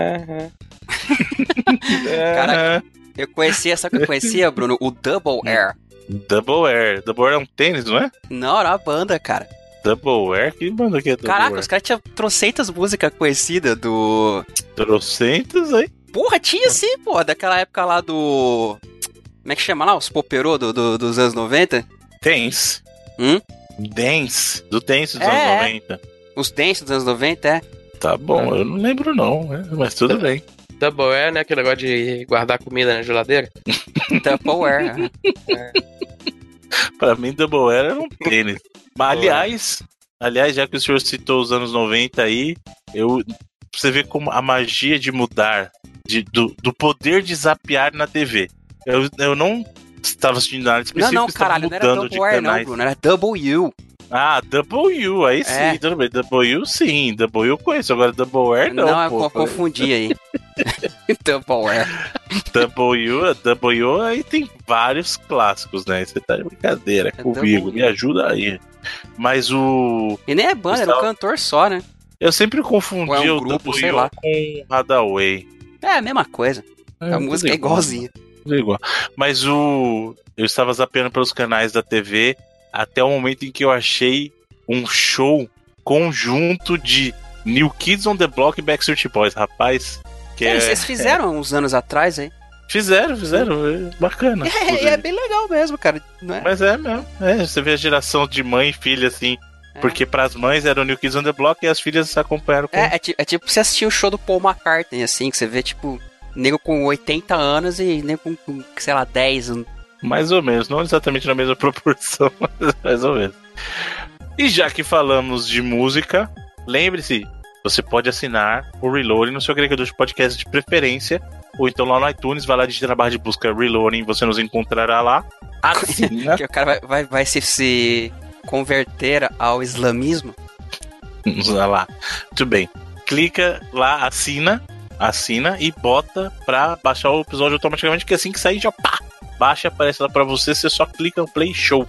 S2: Cara, eu conhecia, sabe o que eu conhecia, Bruno? O Double Air.
S1: Double Air é um tênis, não é?
S2: Não, era uma banda, cara.
S1: Double Air? Que banda que é Double Air?
S2: Caraca, os caras tinham trocentas músicas conhecidas do...
S1: Trocentas, aí?
S2: Porra, tinha sim, porra. Daquela época lá do... Como é que chama lá? Os poperô dos anos 90?
S1: Dance. Dance. Do Dance dos anos 90.
S2: Os Dance dos anos 90, é.
S1: Tá bom, eu não lembro não, mas tudo bem.
S3: Double Air, né? Aquele negócio de guardar comida na geladeira.
S2: Double Air.
S1: Pra mim, Double Air era um tênis. Mas, aliás, já que o senhor citou os anos 90 aí, você vê como a magia de mudar, do poder de zapear na TV. Eu não estava assistindo nada específico.
S2: Não, caralho, não era Double Air não, Bruno, era W.
S1: Ah, W, aí sim, tudo bem. W sim, W eu conheço, agora Double Air não.
S2: Não, eu confundi aí. Double Air.
S1: W aí tem vários clássicos, né? Você tá de brincadeira comigo, me ajuda aí. Mas o...
S2: E nem é banda, era um cantor só, né?
S1: Eu sempre confundia
S2: o grupo,
S1: sei lá, com Hadaway.
S2: É a mesma coisa. A música é igualzinha.
S1: Igual. Mas eu estava zapeando pelos canais da TV até o momento em que eu achei um show conjunto de New Kids on the Block e Backstreet Boys, rapaz.
S2: Vocês fizeram uns anos atrás aí?
S1: Fizeram, bacana.
S2: É bem legal mesmo, cara. Não é?
S1: Mas é mesmo. Você vê a geração de mãe e filha assim. Porque pras mães era o New Kids on the Block e as filhas se acompanharam com...
S2: É tipo você assistir o show do Paul McCartney, assim, que você vê, tipo, nego com 80 anos e nego com, sei lá, 10.
S1: Mais ou menos, não exatamente na mesma proporção, mas mais ou menos. E já que falamos de música, lembre-se, você pode assinar o Reloading no seu agregador de podcast de preferência, ou então lá no iTunes, vai lá digitar na barra de busca Reloading, você nos encontrará lá. Assina.
S2: Que o cara vai se converter ao islamismo.
S1: Vamos lá. Muito bem. Clica lá, assina e bota pra baixar o episódio automaticamente, que assim que sair já pá! Baixa, aparece lá pra você só clica no play, show.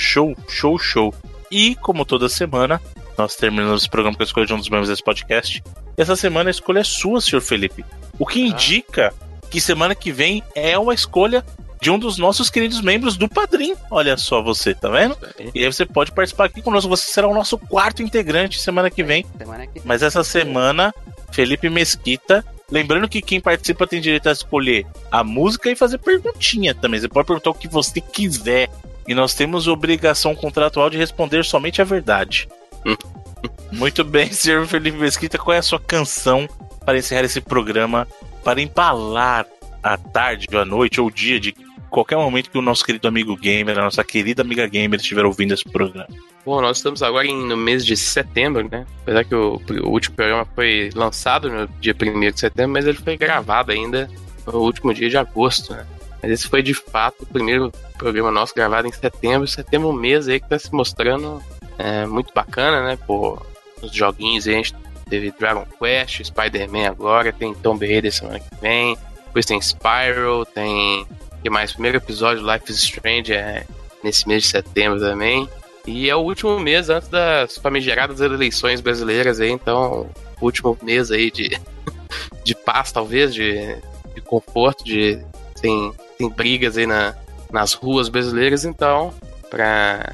S1: E, como toda semana, nós terminamos o programa com a escolha de um dos membros desse podcast. E essa semana a escolha é sua, senhor Felipe. O que indica que semana que vem é uma escolha de um dos nossos queridos membros do Padrim. Olha só você, tá vendo? E aí você pode participar aqui conosco. Você será o nosso quarto integrante semana que vem. Mas essa semana, Felipe Mesquita. Lembrando que quem participa tem direito a escolher a música e fazer perguntinha também. Você pode perguntar o que você quiser. E nós temos obrigação contratual de responder somente a verdade. Muito bem, senhor Felipe Mesquita. Qual é a sua canção para encerrar esse programa? Para empalar a tarde, ou a noite, ou o dia de qualquer momento que o nosso querido amigo gamer, a nossa querida amiga gamer estiver ouvindo esse programa.
S3: Bom, nós estamos agora no mês de setembro, né? Apesar que o último programa foi lançado no dia 1º de setembro, mas ele foi gravado ainda no último dia de agosto, né? Mas esse foi de fato o primeiro programa nosso gravado em setembro. Setembro é um mês aí que tá se mostrando muito bacana, né? Por os joguinhos aí, a gente teve Dragon Quest, Spider-Man agora, tem Tomb Raider semana que vem, depois tem Spyro, tem... que mais? Primeiro episódio Life is Strange nesse mês de setembro também. E é o último mês antes das famigeradas eleições brasileiras aí, então o último mês aí de paz, talvez, de conforto, sem brigas aí nas ruas brasileiras. Então, para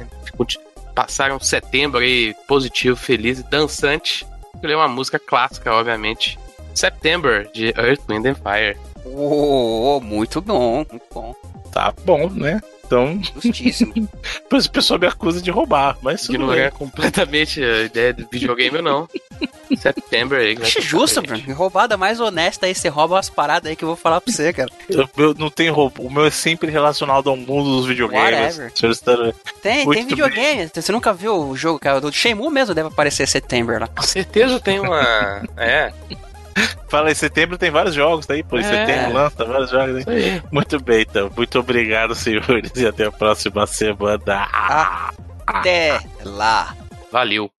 S3: passar um setembro aí positivo, feliz e dançante, escolher uma música clássica, obviamente, September, de Earth, Wind and Fire.
S2: Muito bom, muito bom.
S1: Tá bom, né? Então,
S2: justíssimo.
S1: Depois o pessoal me acusa de roubar, mas
S3: que não é completamente a ideia do videogame ou não. September aí.
S2: Acho justo, Bruno. Roubada mais honesta aí, você rouba umas paradas aí que eu vou falar pra você, cara.
S1: Eu não tenho roubo, o meu é sempre relacionado ao mundo dos videogames.
S2: Tem videogame. Bem. Você nunca viu o jogo, cara? Do Shenmue mesmo deve aparecer September lá.
S3: Com certeza tem uma...
S1: Fala, em setembro tem vários jogos aí, pô. Em setembro lança vários jogos aí. Muito bem, então. Muito obrigado, senhores. E até a próxima semana.
S2: Até lá.
S3: Valeu.